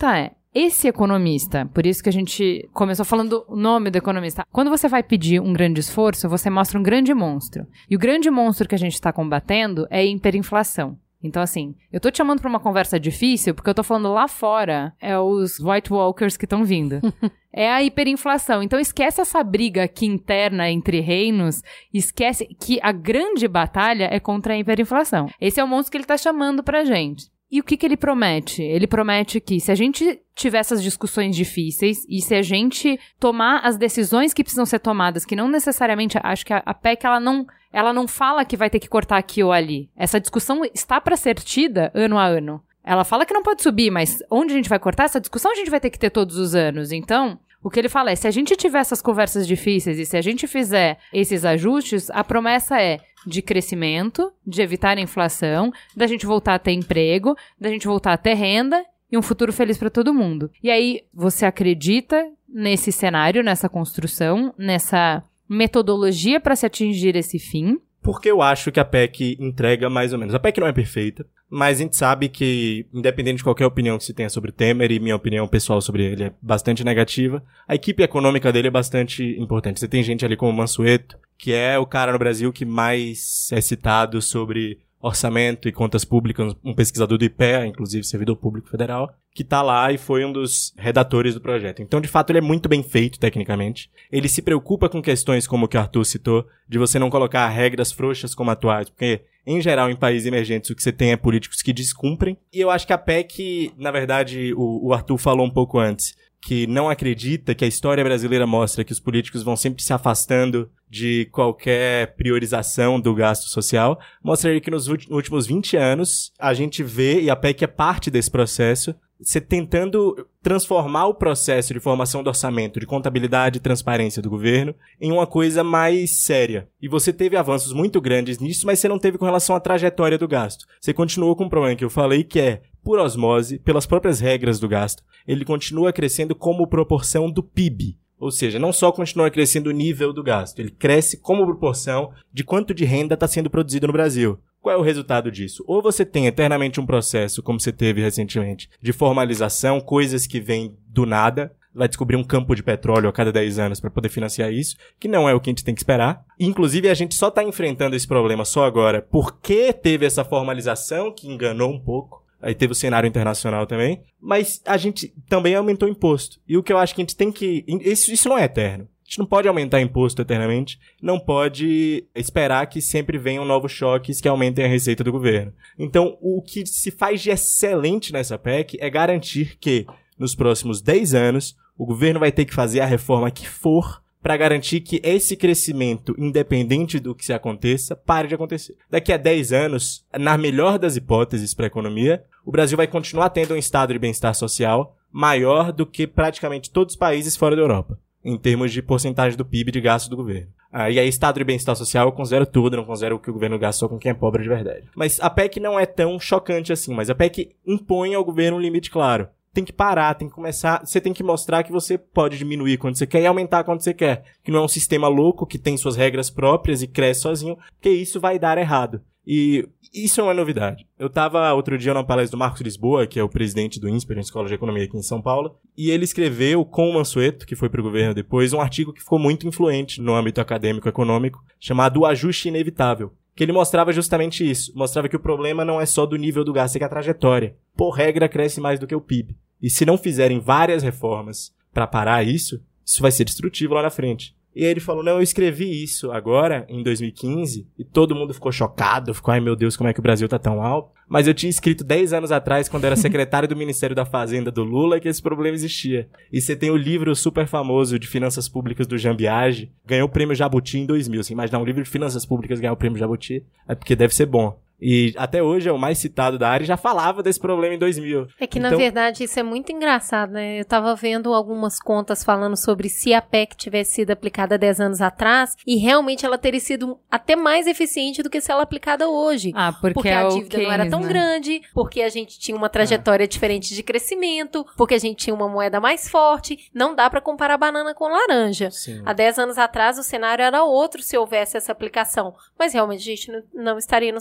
S3: esse economista, por isso que a gente começou falando o nome do economista, quando você vai pedir um grande esforço, você mostra um grande monstro. E o grande monstro que a gente está combatendo é a hiperinflação. Então, assim, eu tô te chamando pra uma conversa difícil porque eu tô falando lá fora, é os White Walkers que estão vindo. É a hiperinflação. Então, esquece essa briga aqui interna entre reinos, esquece que a grande batalha é contra a hiperinflação. Esse é o monstro que ele tá chamando pra gente. E o que ele promete? Ele promete que se a gente tiver essas discussões difíceis e se a gente tomar as decisões que precisam ser tomadas, que não necessariamente, acho que a PEC, ela não fala que vai ter que cortar aqui ou ali. Essa discussão está para ser tida ano a ano. Ela fala que não pode subir, mas onde a gente vai cortar essa discussão a gente vai ter que ter todos os anos. Então, o que ele fala é, se a gente tiver essas conversas difíceis e se a gente fizer esses ajustes, a promessa é de crescimento, de evitar a inflação, da gente voltar a ter emprego, da gente voltar a ter renda e um futuro feliz para todo mundo. E aí, você acredita nesse cenário, nessa construção, nessa metodologia para se atingir esse fim?
S8: Porque eu acho que a PEC entrega mais ou menos. A PEC não é perfeita, mas a gente sabe que, independente de qualquer opinião que se tenha sobre Temer, e minha opinião pessoal sobre ele é bastante negativa, a equipe econômica dele é bastante importante. Você tem gente ali como o Mansueto, que é o cara no Brasil que mais é citado sobre orçamento e contas públicas, um pesquisador do IPEA, inclusive servidor público federal, que tá lá e foi um dos redatores do projeto. Então, de fato, ele é muito bem feito tecnicamente. Ele se preocupa com questões como o que o Arthur citou, de você não colocar regras frouxas como atuais, porque, em geral, em países emergentes, o que você tem é políticos que descumprem. E eu acho que a PEC, na verdade, o Arthur falou um pouco antes, que não acredita que a história brasileira mostra que os políticos vão sempre se afastando de qualquer priorização do gasto social, mostra ele que nos últimos 20 anos a gente vê, e a PEC é parte desse processo, você tentando transformar o processo de formação do orçamento, de contabilidade e transparência do governo em uma coisa mais séria. E você teve avanços muito grandes nisso, mas você não teve com relação à trajetória do gasto. Você continuou com um problema que eu falei, que é, por osmose, pelas próprias regras do gasto, ele continua crescendo como proporção do PIB. Ou seja, não só continua crescendo o nível do gasto, ele cresce como proporção de quanto de renda está sendo produzido no Brasil. Qual é o resultado disso? Ou você tem eternamente um processo, como você teve recentemente, de formalização, coisas que vêm do nada, vai descobrir um campo de petróleo a cada 10 anos para poder financiar isso, que não é o que a gente tem que esperar. Inclusive, a gente só está enfrentando esse problema só agora porque teve essa formalização que enganou um pouco. Aí teve o cenário internacional também. Mas a gente também aumentou o imposto. E o que eu acho que a gente tem que... Isso não é eterno. A gente não pode aumentar imposto eternamente. Não pode esperar que sempre venham novos choques que aumentem a receita do governo. Então, o que se faz de excelente nessa PEC é garantir que, nos próximos 10 anos, o governo vai ter que fazer a reforma que for para garantir que esse crescimento, independente do que se aconteça, pare de acontecer. Daqui a 10 anos, na melhor das hipóteses para a economia, o Brasil vai continuar tendo um estado de bem-estar social maior do que praticamente todos os países fora da Europa, em termos de porcentagem do PIB de gasto do governo. E aí, estado de bem-estar social, eu considero tudo, não considero o que o governo gastou com quem é pobre de verdade. Mas a PEC não é tão chocante assim, mas a PEC impõe ao governo um limite claro. Tem que parar, tem que começar, você tem que mostrar que você pode diminuir quando você quer e aumentar quando você quer. Que não é um sistema louco que tem suas regras próprias e cresce sozinho, porque isso vai dar errado. E isso é uma novidade. Eu tava outro dia numa palestra do Marcos Lisboa, que é o presidente do INSPER, na Escola de Economia aqui em São Paulo, e ele escreveu com o Mansueto, que foi pro governo depois, um artigo que ficou muito influente no âmbito acadêmico econômico, chamado O Ajuste Inevitável. Que ele mostrava justamente isso. Mostrava que o problema não é só do nível do gasto, é que a trajetória, por regra, cresce mais do que o PIB. E se não fizerem várias reformas para parar isso vai ser destrutivo lá na frente. E aí ele falou, não, eu escrevi isso agora, em 2015, e todo mundo ficou chocado, ficou, ai meu Deus, como é que o Brasil tá tão alto? Mas eu tinha escrito 10 anos atrás, quando era secretário do Ministério da Fazenda do Lula, que esse problema existia. E você tem o livro super famoso de Finanças Públicas do Jean Biagi, ganhou o prêmio Jabuti em 2000. Assim, imaginar um livro de Finanças Públicas ganhar o prêmio Jabuti, é porque deve ser bom. E até hoje é o mais citado da área e já falava desse problema em 2000.
S2: É que, na verdade, isso é muito engraçado, né? Eu tava vendo algumas contas falando sobre se a PEC tivesse sido aplicada 10 anos atrás e realmente ela teria sido até mais eficiente do que se ela aplicada hoje.
S3: Porque
S2: a dívida não era tão grande, porque a gente tinha uma trajetória diferente de crescimento, porque a gente tinha uma moeda mais forte. Não dá pra comparar banana com laranja.
S8: Sim.
S2: Há 10 anos atrás o cenário era outro se houvesse essa aplicação. Mas realmente a gente não estaria no cenário de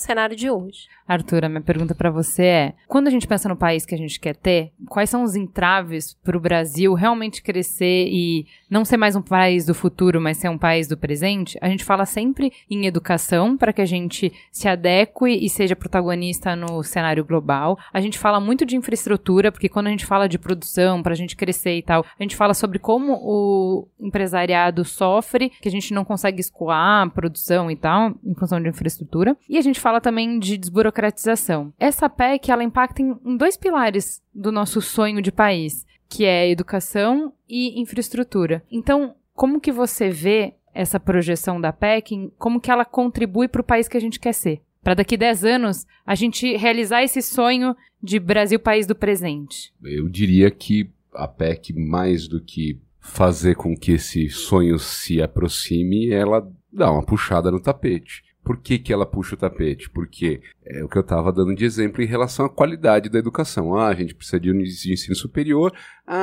S2: de hoje.
S3: Arthur, a minha pergunta pra você é, quando a gente pensa no país que a gente quer ter, quais são os entraves pro Brasil realmente crescer e não ser mais um país do futuro, mas ser um país do presente? A gente fala sempre em educação, para que a gente se adeque e seja protagonista no cenário global. A gente fala muito de infraestrutura, porque quando a gente fala de produção, pra gente crescer e tal, a gente fala sobre como o empresariado sofre, que a gente não consegue escoar a produção e tal, em função de infraestrutura. E a gente fala também de desburocratização. Essa PEC, ela impacta em 2 pilares do nosso sonho de país, que é educação e infraestrutura. Então, como que você vê essa projeção da PEC, como que ela contribui para o país que a gente quer ser? Para daqui 10 anos, a gente realizar esse sonho de Brasil país do presente.
S6: Eu diria que a PEC, mais do que fazer com que esse sonho se aproxime, ela dá uma puxada no tapete. Por que ela puxa o tapete? Porque é o que eu estava dando de exemplo em relação à qualidade da educação. A gente precisa de ensino superior.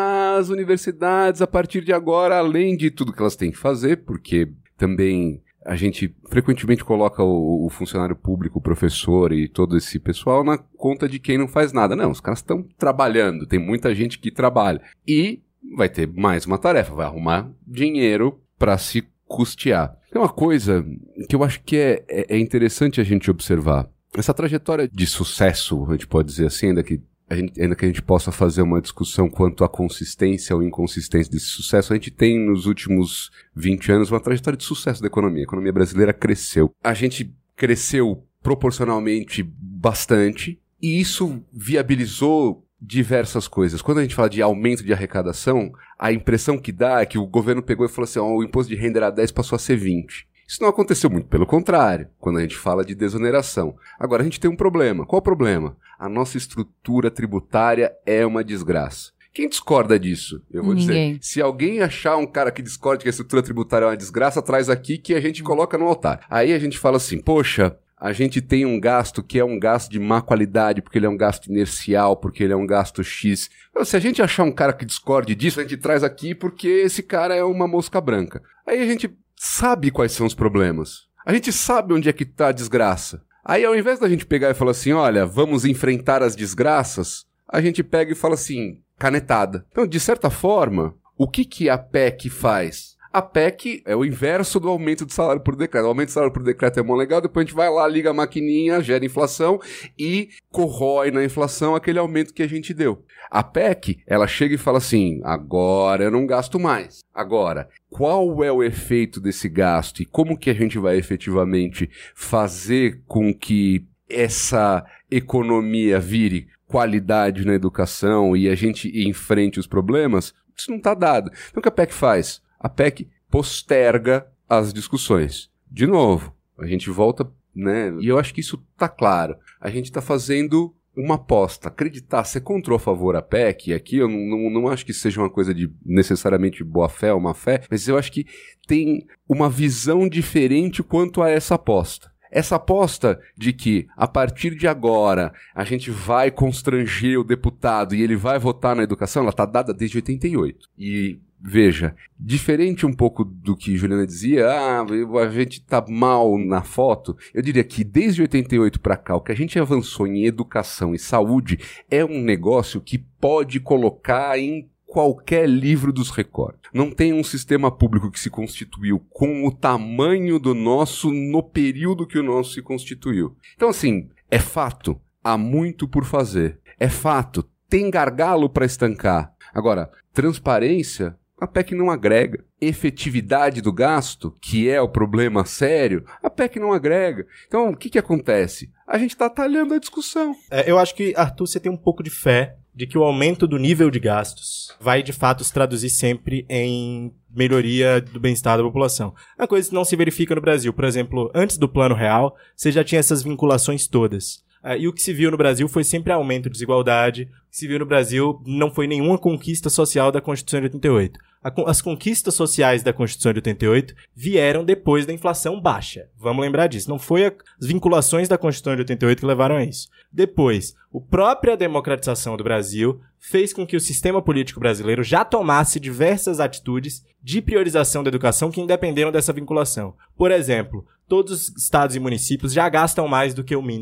S6: As universidades, a partir de agora, além de tudo que elas têm que fazer, porque também a gente frequentemente coloca o funcionário público, o professor e todo esse pessoal na conta de quem não faz nada. Não, os caras estão trabalhando, tem muita gente que trabalha. E vai ter mais uma tarefa, vai arrumar dinheiro para se custear. Tem uma coisa que eu acho que é interessante a gente observar. Essa trajetória de sucesso, a gente pode dizer assim, ainda que a gente possa fazer uma discussão quanto à consistência ou inconsistência desse sucesso, a gente tem nos últimos 20 anos uma trajetória de sucesso da economia. A economia brasileira cresceu. A gente cresceu proporcionalmente bastante e isso viabilizou diversas coisas. Quando a gente fala de aumento de arrecadação, a impressão que dá é que o governo pegou e falou assim, o imposto de renda era 10, passou a ser 20. Isso não aconteceu muito, pelo contrário, quando a gente fala de desoneração. Agora, a gente tem um problema. Qual o problema? A nossa estrutura tributária é uma desgraça. Quem discorda disso? Eu vou dizer, se alguém achar um cara que discorde que a estrutura tributária é uma desgraça, traz aqui que a gente coloca no altar. Aí a gente fala assim, poxa, a gente tem um gasto que é um gasto de má qualidade, porque ele é um gasto inercial, porque ele é um gasto X. Então, se a gente achar um cara que discorde disso, a gente traz aqui porque esse cara é uma mosca branca. Aí a gente sabe quais são os problemas. A gente sabe onde é que está a desgraça. Aí ao invés da gente pegar e falar assim, olha, vamos enfrentar as desgraças, a gente pega e fala assim, canetada. Então, de certa forma, o que a PEC faz? A PEC é o inverso do aumento do salário por decreto. O aumento do salário por decreto é mó legal, depois a gente vai lá, liga a maquininha, gera inflação e corrói na inflação aquele aumento que a gente deu. A PEC, ela chega e fala assim, agora eu não gasto mais. Agora, qual é o efeito desse gasto e como que a gente vai efetivamente fazer com que essa economia vire qualidade na educação e a gente enfrente os problemas? Isso não está dado. Então o que a PEC faz? A PEC posterga as discussões. De novo, a gente volta, né? E eu acho que isso tá claro. A gente tá fazendo uma aposta. Acreditar, ser contra ou a favor a PEC, e aqui eu não acho que seja uma coisa de necessariamente boa fé ou má fé, mas eu acho que tem uma visão diferente quanto a essa aposta. Essa aposta de que, a partir de agora, a gente vai constranger o deputado e ele vai votar na educação, ela tá dada desde 88. E veja, diferente um pouco do que Juliana dizia, a gente tá mal na foto, eu diria que desde 88 para cá, o que a gente avançou em educação e saúde é um negócio que pode colocar em qualquer livro dos recordes. Não tem um sistema público que se constituiu com o tamanho do nosso no período que o nosso se constituiu. Então, assim, é fato, há muito por fazer. É fato, tem gargalo para estancar. Agora, transparência, a PEC não agrega. Efetividade do gasto, que é o problema sério, a PEC não agrega. Então, o que acontece? A gente está atalhando a discussão.
S8: Eu acho que, Arthur, você tem um pouco de fé de que o aumento do nível de gastos vai, de fato, se traduzir sempre em melhoria do bem-estar da população. Uma coisa que não se verifica no Brasil. Por exemplo, antes do Plano Real, você já tinha essas vinculações todas. E o que se viu no Brasil foi sempre aumento de desigualdade. O que se viu no Brasil não foi nenhuma conquista social da Constituição de 88. As conquistas sociais da Constituição de 88 vieram depois da inflação baixa. Vamos lembrar disso. Não foi as vinculações da Constituição de 88 que levaram a isso. Depois, a própria democratização do Brasil fez com que o sistema político brasileiro já tomasse diversas atitudes de priorização da educação que independeram dessa vinculação. Por exemplo, todos os estados e municípios já gastam mais do que o mínimo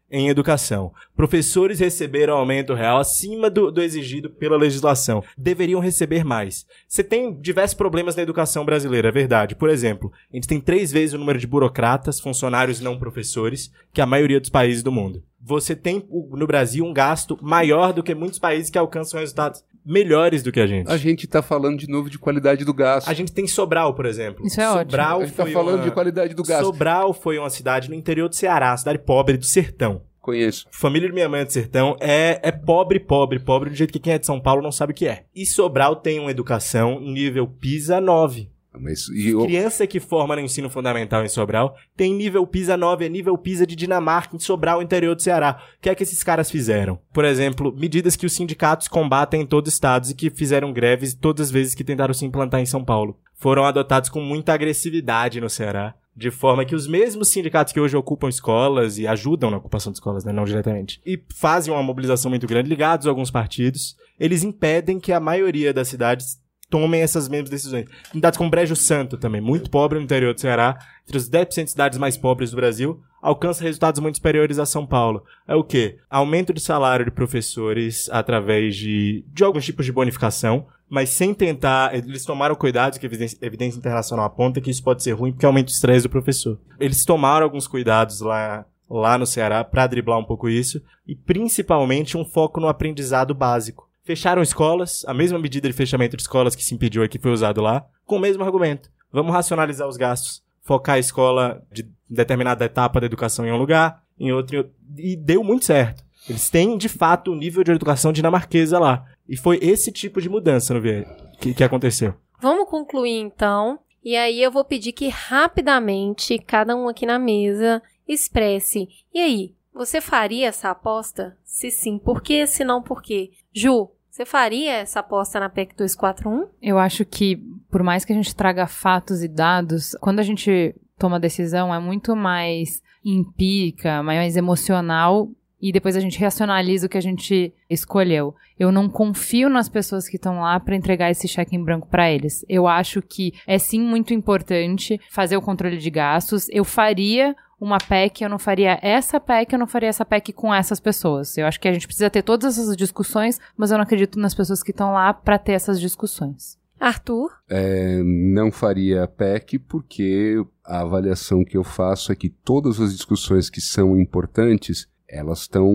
S8: em educação. Professores receberam aumento real acima do exigido pela legislação. Deveriam receber mais. Você tem diversos problemas na educação brasileira, é verdade. Por exemplo, a gente tem 3 vezes o número de burocratas, funcionários não professores, que a maioria dos países do mundo. Você tem, no Brasil, um gasto maior do que muitos países que alcançam resultados melhores do que a gente.
S6: A gente tá falando de novo de qualidade do gasto.
S8: A gente tem Sobral, por exemplo.
S3: Isso é ótimo.
S6: A gente tá falando de qualidade do gasto.
S8: Sobral foi uma cidade no interior do Ceará, cidade pobre do sertão.
S6: Conheço.
S8: Família de minha mãe é do sertão, é pobre do jeito que quem é de São Paulo não sabe o que é. E Sobral tem uma educação nível PISA 9.
S6: Mas,
S8: Criança que forma no ensino fundamental em Sobral tem nível PISA 9, é nível PISA de Dinamarca, em Sobral, interior do Ceará. O que é que esses caras fizeram? Por exemplo, medidas que os sindicatos combatem em todos os estados e que fizeram greves todas as vezes que tentaram se implantar em São Paulo. Foram adotados com muita agressividade no Ceará. De forma que os mesmos sindicatos que hoje ocupam escolas e ajudam na ocupação de escolas, né, não diretamente, e fazem uma mobilização muito grande, ligados a alguns partidos, eles impedem que a maioria das cidades tomem essas mesmas decisões. Cidades como Brejo Santo também, muito pobre no interior do Ceará, entre os 10% de cidades mais pobres do Brasil, alcança resultados muito superiores a São Paulo. É o quê? Aumento de salário de professores através de alguns tipos de bonificação, mas sem tentar... Eles tomaram cuidado, que a evidência internacional aponta que isso pode ser ruim porque aumenta o estresse do professor. Eles tomaram alguns cuidados lá no Ceará para driblar um pouco isso, e principalmente um foco no aprendizado básico. Fecharam escolas, a mesma medida de fechamento de escolas que se impediu aqui foi usado lá, com o mesmo argumento. Vamos racionalizar os gastos, focar a escola de determinada etapa da educação em um lugar, em outro, e deu muito certo. Eles têm, de fato, o nível de educação dinamarquesa lá. E foi esse tipo de mudança que aconteceu.
S2: Vamos concluir, então. E aí eu vou pedir que rapidamente, cada um aqui na mesa, expresse. E aí, você faria essa aposta? Se sim, por quê? Se não, por quê? Ju, você faria essa aposta na PEC 241?
S3: Eu acho que, por mais que a gente traga fatos e dados, quando a gente toma decisão é muito mais empírica, mais emocional, e depois a gente racionaliza o que a gente escolheu. Eu não confio nas pessoas que estão lá para entregar esse cheque em branco para eles. Eu acho que é sim muito importante fazer o controle de gastos. Eu faria uma PEC, eu não faria essa PEC com essas pessoas. Eu acho que a gente precisa ter todas essas discussões, mas eu não acredito nas pessoas que estão lá para ter essas discussões.
S2: Arthur?
S6: Não faria PEC porque a avaliação que eu faço é que todas as discussões que são importantes, elas estão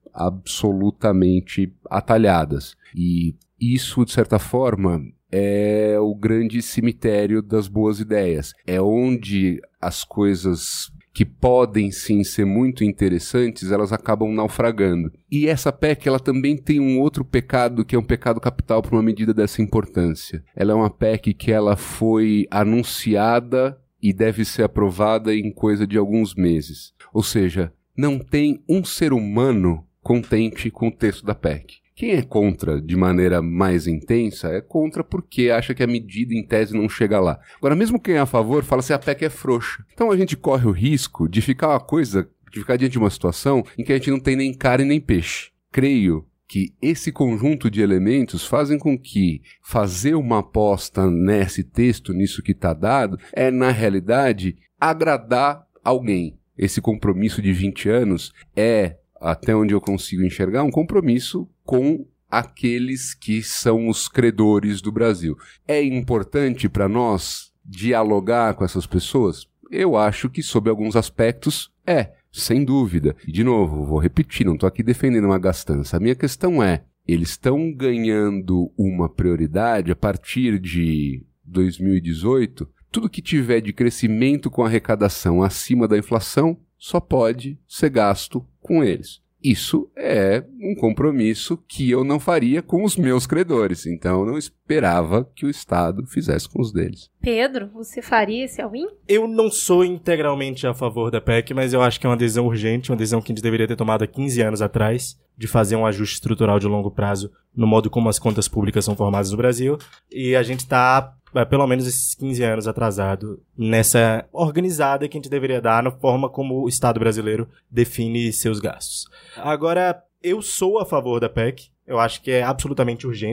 S6: absolutamente atalhadas. E isso, de certa forma, é o grande cemitério das boas ideias. É onde as coisas que podem sim ser muito interessantes, elas acabam naufragando. E essa PEC, ela também tem um outro pecado, que é um pecado capital para uma medida dessa importância. Ela é uma PEC que ela foi anunciada e deve ser aprovada em coisa de alguns meses. Ou seja, não tem um ser humano contente com o texto da PEC. Quem é contra de maneira mais intensa é contra porque acha que a medida em tese não chega lá. Agora, mesmo quem é a favor fala assim, a PEC é frouxa. Então a gente corre o risco de ficar diante de uma situação em que a gente não tem nem carne nem peixe. Creio que esse conjunto de elementos fazem com que fazer uma aposta nesse texto, nisso que está dado, é, na realidade, agradar alguém. Esse compromisso de 20 anos é, até onde eu consigo enxergar, um compromisso com aqueles que são os credores do Brasil. É importante para nós dialogar com essas pessoas? Eu acho que, sob alguns aspectos, sem dúvida. E, de novo, vou repetir, não estou aqui defendendo uma gastança. A minha questão é, eles estão ganhando uma prioridade a partir de 2018. Tudo que tiver de crescimento com arrecadação acima da inflação só pode ser gasto com eles. Isso é um compromisso que eu não faria com os meus credores. Então, eu não esperava que o Estado fizesse com os deles.
S2: Pedro, você faria esse all-in?
S8: Eu não sou integralmente a favor da PEC, mas eu acho que é uma decisão urgente, uma decisão que a gente deveria ter tomado há 15 anos atrás, de fazer um ajuste estrutural de longo prazo no modo como as contas públicas são formadas no Brasil. E a gente está, pelo menos esses 15 anos atrasado, nessa organizada que a gente deveria dar na forma como o Estado brasileiro define seus gastos. Agora, eu sou a favor da PEC. Eu acho que é absolutamente urgente.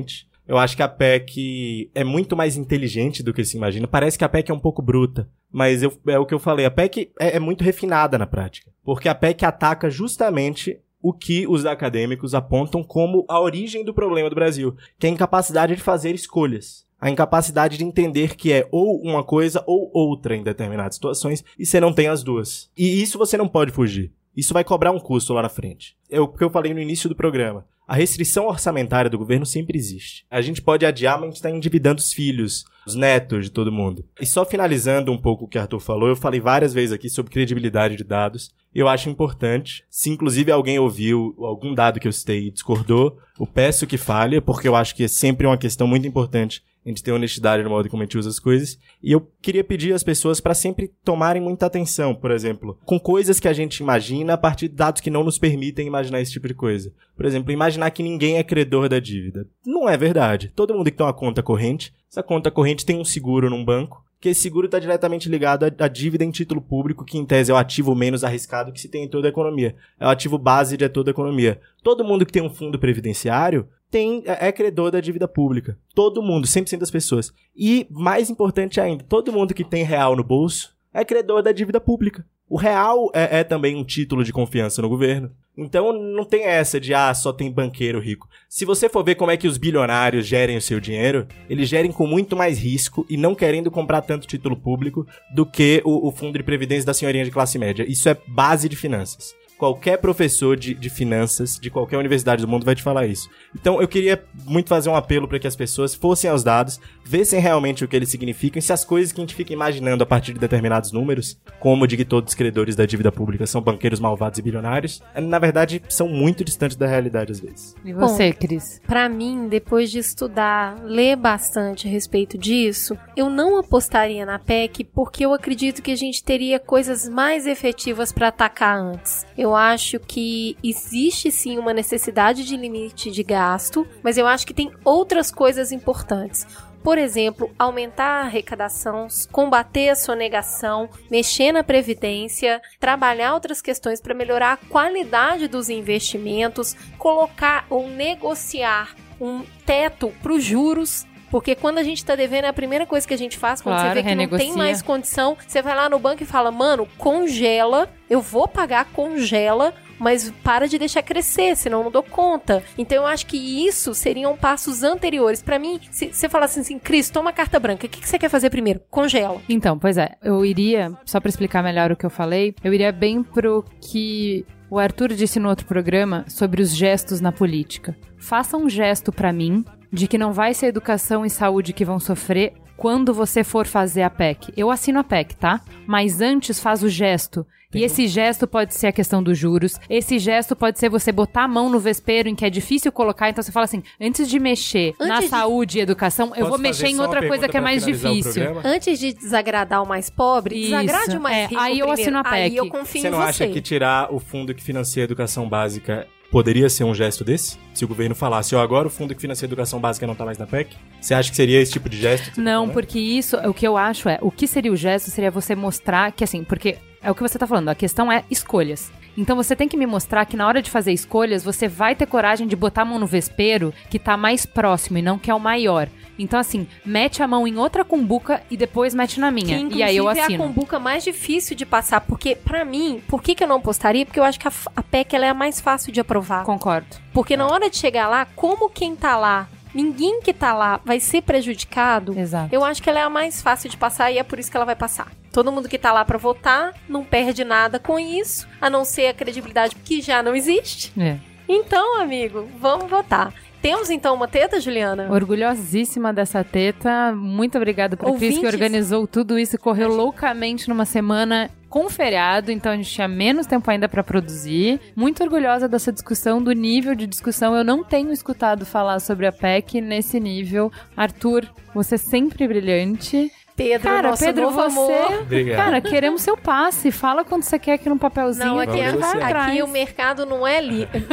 S8: Eu acho que a PEC é muito mais inteligente do que se imagina. Parece que a PEC é um pouco bruta, mas é o que eu falei. A PEC é muito refinada na prática, porque a PEC ataca justamente o que os acadêmicos apontam como a origem do problema do Brasil, que é a incapacidade de fazer escolhas. A incapacidade de entender que é ou uma coisa ou outra em determinadas situações, e você não tem as duas. E isso você não pode fugir. Isso vai cobrar um custo lá na frente. É o que eu falei no início do programa. A restrição orçamentária do governo sempre existe. A gente pode adiar, mas a gente está endividando os filhos, os netos de todo mundo. E só finalizando um pouco o que o Arthur falou, eu falei várias vezes aqui sobre credibilidade de dados. Eu acho importante, se inclusive alguém ouviu algum dado que eu citei e discordou, eu peço que fale, porque eu acho que é sempre uma questão muito importante a gente ter honestidade no modo como a gente usa as coisas. E eu queria pedir às pessoas para sempre tomarem muita atenção, por exemplo, com coisas que a gente imagina a partir de dados que não nos permitem imaginar esse tipo de coisa. Por exemplo, imaginar que ninguém é credor da dívida. Não é verdade. Todo mundo que tem uma conta corrente, essa conta corrente tem um seguro num banco, que esse seguro está diretamente ligado à dívida em título público, que em tese é o ativo menos arriscado que se tem em toda a economia. É o ativo base de toda a economia. Todo mundo que tem um fundo previdenciário é credor da dívida pública. Todo mundo, 100% das pessoas. E, mais importante ainda, todo mundo que tem real no bolso é credor da dívida pública. O real é também um título de confiança no governo. Então, não tem essa de, só tem banqueiro rico. Se você for ver como é que os bilionários gerem o seu dinheiro, eles gerem com muito mais risco e não querendo comprar tanto título público do que o fundo de previdência da senhorinha de classe média. Isso é base de finanças. Qualquer professor de finanças de qualquer universidade do mundo vai te falar isso. Então, eu queria muito fazer um apelo para que as pessoas fossem aos dados, vissem realmente o que eles significam, e se as coisas que a gente fica imaginando a partir de determinados números, como de que todos os credores da dívida pública são banqueiros malvados e bilionários, na verdade, são muito distantes da realidade às vezes.
S3: E você, Cris?
S2: Pra mim, depois de estudar, ler bastante a respeito disso, eu não apostaria na PEC porque eu acredito que a gente teria coisas mais efetivas para atacar antes. Eu acho que existe sim uma necessidade de limite de gasto, mas eu acho que tem outras coisas importantes. Por exemplo, aumentar a arrecadação, combater a sonegação, mexer na previdência, trabalhar outras questões para melhorar a qualidade dos investimentos, colocar ou negociar um teto para os juros. Porque quando a gente está devendo, é a primeira coisa que a gente faz, quando você vê que não tem mais condição, você vai lá no banco e fala, mano, congela, eu vou pagar, congela, mas para de deixar crescer, senão eu não dou conta. Então eu acho que isso seriam passos anteriores. Pra mim, se você falasse assim, Cris, toma carta branca, o que você quer fazer primeiro? Congela.
S3: Então, pois é, eu iria, só pra explicar melhor o que eu falei, eu iria bem pro que o Arthur disse no outro programa sobre os gestos na política. Faça um gesto pra mim de que não vai ser educação e saúde que vão sofrer quando você for fazer a PEC. Eu assino a PEC, tá? Mas antes faz o gesto. E esse gesto pode ser a questão dos juros. Esse gesto pode ser você botar a mão no vespeiro em que é difícil colocar. Então você fala assim, antes de mexer na saúde e educação, eu vou mexer em outra coisa que é mais difícil.
S2: Antes de desagradar o mais pobre, desagrade o mais rico
S3: aí eu assino a PEC.
S2: Aí eu confio em você.
S8: Você não acha que tirar o fundo que financia a educação básica poderia ser um gesto desse? Se o governo falasse, agora o fundo que financia a educação básica não tá mais na PEC? Você acha que seria esse tipo de gesto?
S3: Não, porque isso, o que eu acho o que seria o gesto seria você mostrar que assim, porque é o que você tá falando, a questão é escolhas. Então você tem que me mostrar que na hora de fazer escolhas, você vai ter coragem de botar a mão no vespeiro que tá mais próximo e não que é o maior. Então assim, mete a mão em outra cumbuca e depois mete na minha.
S2: Que,
S3: e aí eu assino.
S2: É a cumbuca mais difícil de passar, porque pra mim, por que eu não postaria? Porque eu acho que a PEC ela é a mais fácil de aprovar.
S3: Concordo.
S2: Porque na hora de chegar lá, como quem tá lá, ninguém que tá lá vai ser prejudicado,
S3: exato,
S2: eu acho que ela é a mais fácil de passar e é por isso que ela vai passar. Todo mundo que tá lá pra votar não perde nada com isso, a não ser a credibilidade que já não existe. Então, amigo, vamos votar. Temos então uma teta, Juliana?
S3: Orgulhosíssima dessa teta. Muito obrigada pro Cris que organizou tudo isso e correu loucamente numa semana com feriado, então a gente tinha menos tempo ainda pra produzir. Muito orgulhosa dessa discussão, do nível de discussão. Eu não tenho escutado falar sobre a PEC nesse nível. Arthur, você sempre brilhante.
S2: Pedro,
S3: cara,
S2: nosso
S3: Pedro,
S2: novo amor.
S8: Obrigado.
S3: Cara, queremos seu passe. Fala quando você quer aqui no papelzinho.
S2: Não, aqui o mercado não é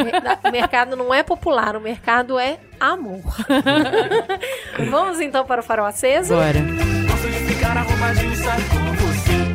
S2: o mercado não é popular, o mercado é amor. Vamos então para o Farol Aceso?
S3: Bora.
S5: Gosto de ficar arrumadinho, sabe, com você.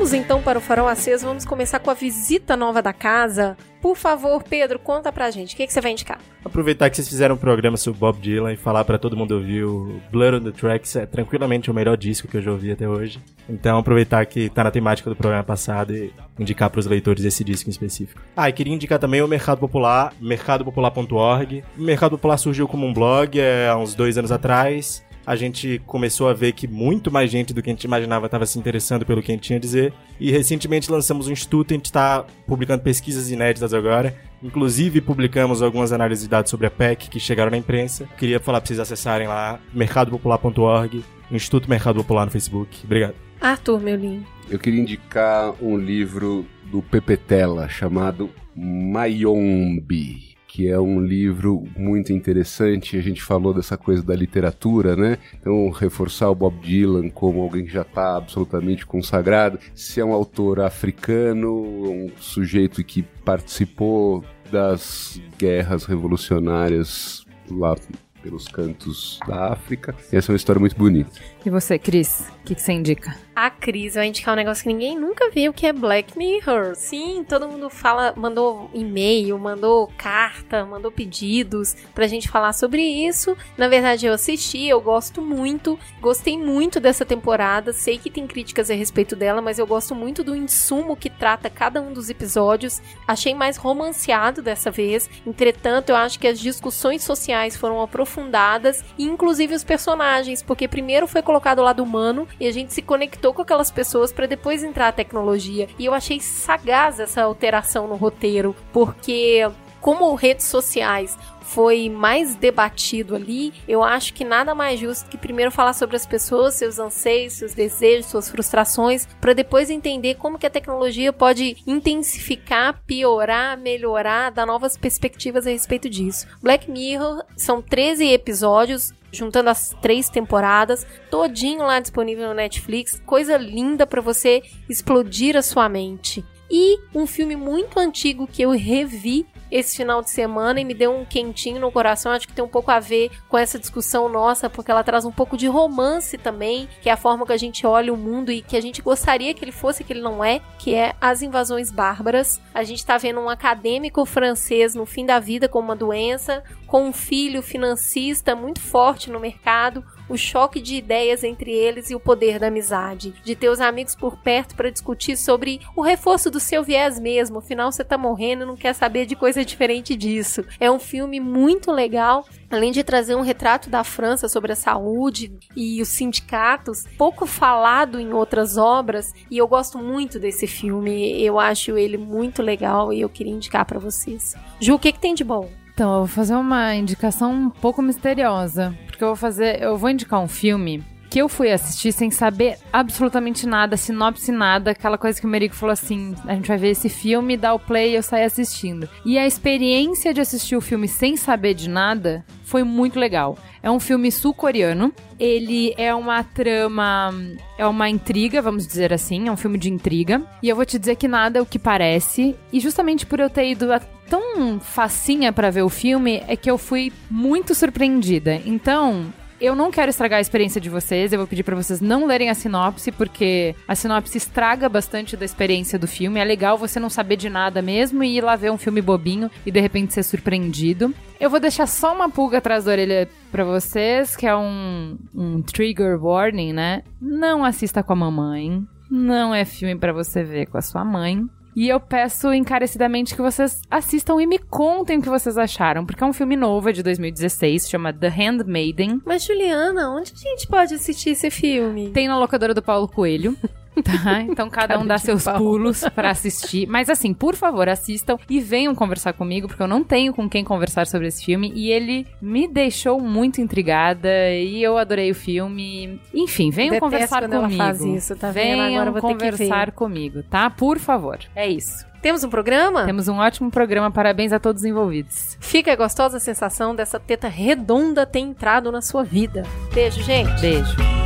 S2: Vamos então para o Farol Aceso, vamos começar com a visita nova da casa. Por favor, Pedro, conta pra gente, o que você vai indicar?
S8: Aproveitar que vocês fizeram um programa sobre Bob Dylan e falar pra todo mundo ouvir o Blood on the Tracks, é tranquilamente o melhor disco que eu já ouvi até hoje. Então aproveitar que tá na temática do programa passado e indicar pros leitores esse disco em específico. E queria indicar também o Mercado Popular, mercadopopular.org. O Mercado Popular surgiu como um blog há uns 2 anos atrás. A gente começou a ver que muito mais gente do que a gente imaginava estava se interessando pelo que a gente tinha a dizer. E recentemente lançamos um instituto, a gente está publicando pesquisas inéditas agora. Inclusive publicamos algumas análises de dados sobre a PEC que chegaram na imprensa. Queria falar para vocês acessarem lá, mercadopopular.org, Instituto Mercado Popular no Facebook. Obrigado.
S2: Arthur, meu lindo.
S6: Eu queria indicar um livro do Pepe Tela chamado Mayombe, que é um livro muito interessante. A gente falou dessa coisa da literatura, né? Então, reforçar o Bob Dylan como alguém que já está absolutamente consagrado. Se é um autor africano, um sujeito que participou das guerras revolucionárias lá pelos cantos da África. Essa é uma história muito bonita.
S3: E você, Cris? O que você indica?
S2: A Cris vai indicar um negócio que ninguém nunca viu, que é Black Mirror. Sim, todo mundo fala, mandou e-mail, mandou carta, mandou pedidos pra gente falar sobre isso. Na verdade, eu assisti, eu gosto muito, gostei muito dessa temporada. Sei que tem críticas a respeito dela, mas eu gosto muito do insumo que trata cada um dos episódios. Achei mais romanceado dessa vez. Entretanto, eu acho que as discussões sociais foram aprofundadas, e inclusive os personagens, porque primeiro foi colocado o lado humano e a gente se conectou com aquelas pessoas para depois entrar a tecnologia. E eu achei sagaz essa alteração no roteiro, porque como redes sociais foi mais debatido ali, eu acho que nada mais justo que primeiro falar sobre as pessoas, seus anseios, seus desejos, suas frustrações, para depois entender como que a tecnologia pode intensificar, piorar, melhorar, dar novas perspectivas a respeito disso. Black Mirror são 13 episódios, juntando as 3 temporadas, todinho lá disponível no Netflix, coisa linda para você explodir a sua mente. E um filme muito antigo que eu revi esse final de semana e me deu um quentinho no coração, acho que tem um pouco a ver com essa discussão nossa, porque ela traz um pouco de romance também, que é a forma que a gente olha o mundo e que a gente gostaria que ele fosse, que ele não é, que é As Invasões Bárbaras. A gente tá vendo um acadêmico francês no fim da vida com uma doença, com um filho financista muito forte no mercado, o choque de ideias entre eles e o poder da amizade, de ter os amigos por perto para discutir sobre o reforço do seu viés mesmo, afinal você tá morrendo e não quer saber de coisa diferente disso. É um filme muito legal, além de trazer um retrato da França sobre a saúde e os sindicatos, pouco falado em outras obras, e eu gosto muito desse filme, eu acho ele muito legal e eu queria indicar para vocês. Ju, o que tem de bom?
S3: Então, eu vou fazer uma indicação um pouco misteriosa, porque eu vou indicar um filme que eu fui assistir sem saber absolutamente nada, sinopse nada, aquela coisa que o Merico falou assim, a gente vai ver esse filme, dá o play e eu saí assistindo. E a experiência de assistir o filme sem saber de nada foi muito legal. É um filme sul-coreano, ele é uma trama, é uma intriga, vamos dizer assim, é um filme de intriga, e eu vou te dizer que nada é o que parece, e justamente por eu ter ido tão facinha pra ver o filme, é que eu fui muito surpreendida. Então, eu não quero estragar a experiência de vocês, eu vou pedir pra vocês não lerem a sinopse, porque a sinopse estraga bastante da experiência do filme. É legal você não saber de nada mesmo e ir lá ver um filme bobinho e de repente ser surpreendido. Eu vou deixar só uma pulga atrás da orelha pra vocês, que é um trigger warning, né? Não assista com a mamãe, não é filme pra você ver com a sua mãe. E eu peço encarecidamente que vocês assistam e me contem o que vocês acharam, porque é um filme novo, é de 2016, chama The Handmaiden.
S2: Mas, Juliana, onde a gente pode assistir esse filme?
S3: Tem na locadora do Paulo Coelho. Tá, então cada um dá seus pulos pra assistir. Mas assim, por favor, assistam e venham conversar comigo, porque eu não tenho com quem conversar sobre esse filme. E ele me deixou muito intrigada e eu adorei o filme. Enfim, venham conversar comigo. Ela faz isso, tá vendo? Agora eu vou conversar comigo, tá? Por favor. É isso.
S2: Temos um programa?
S3: Temos um ótimo programa, parabéns a todos os envolvidos.
S2: Fica a gostosa sensação dessa teta redonda ter entrado na sua vida. Beijo, gente.
S3: Beijo.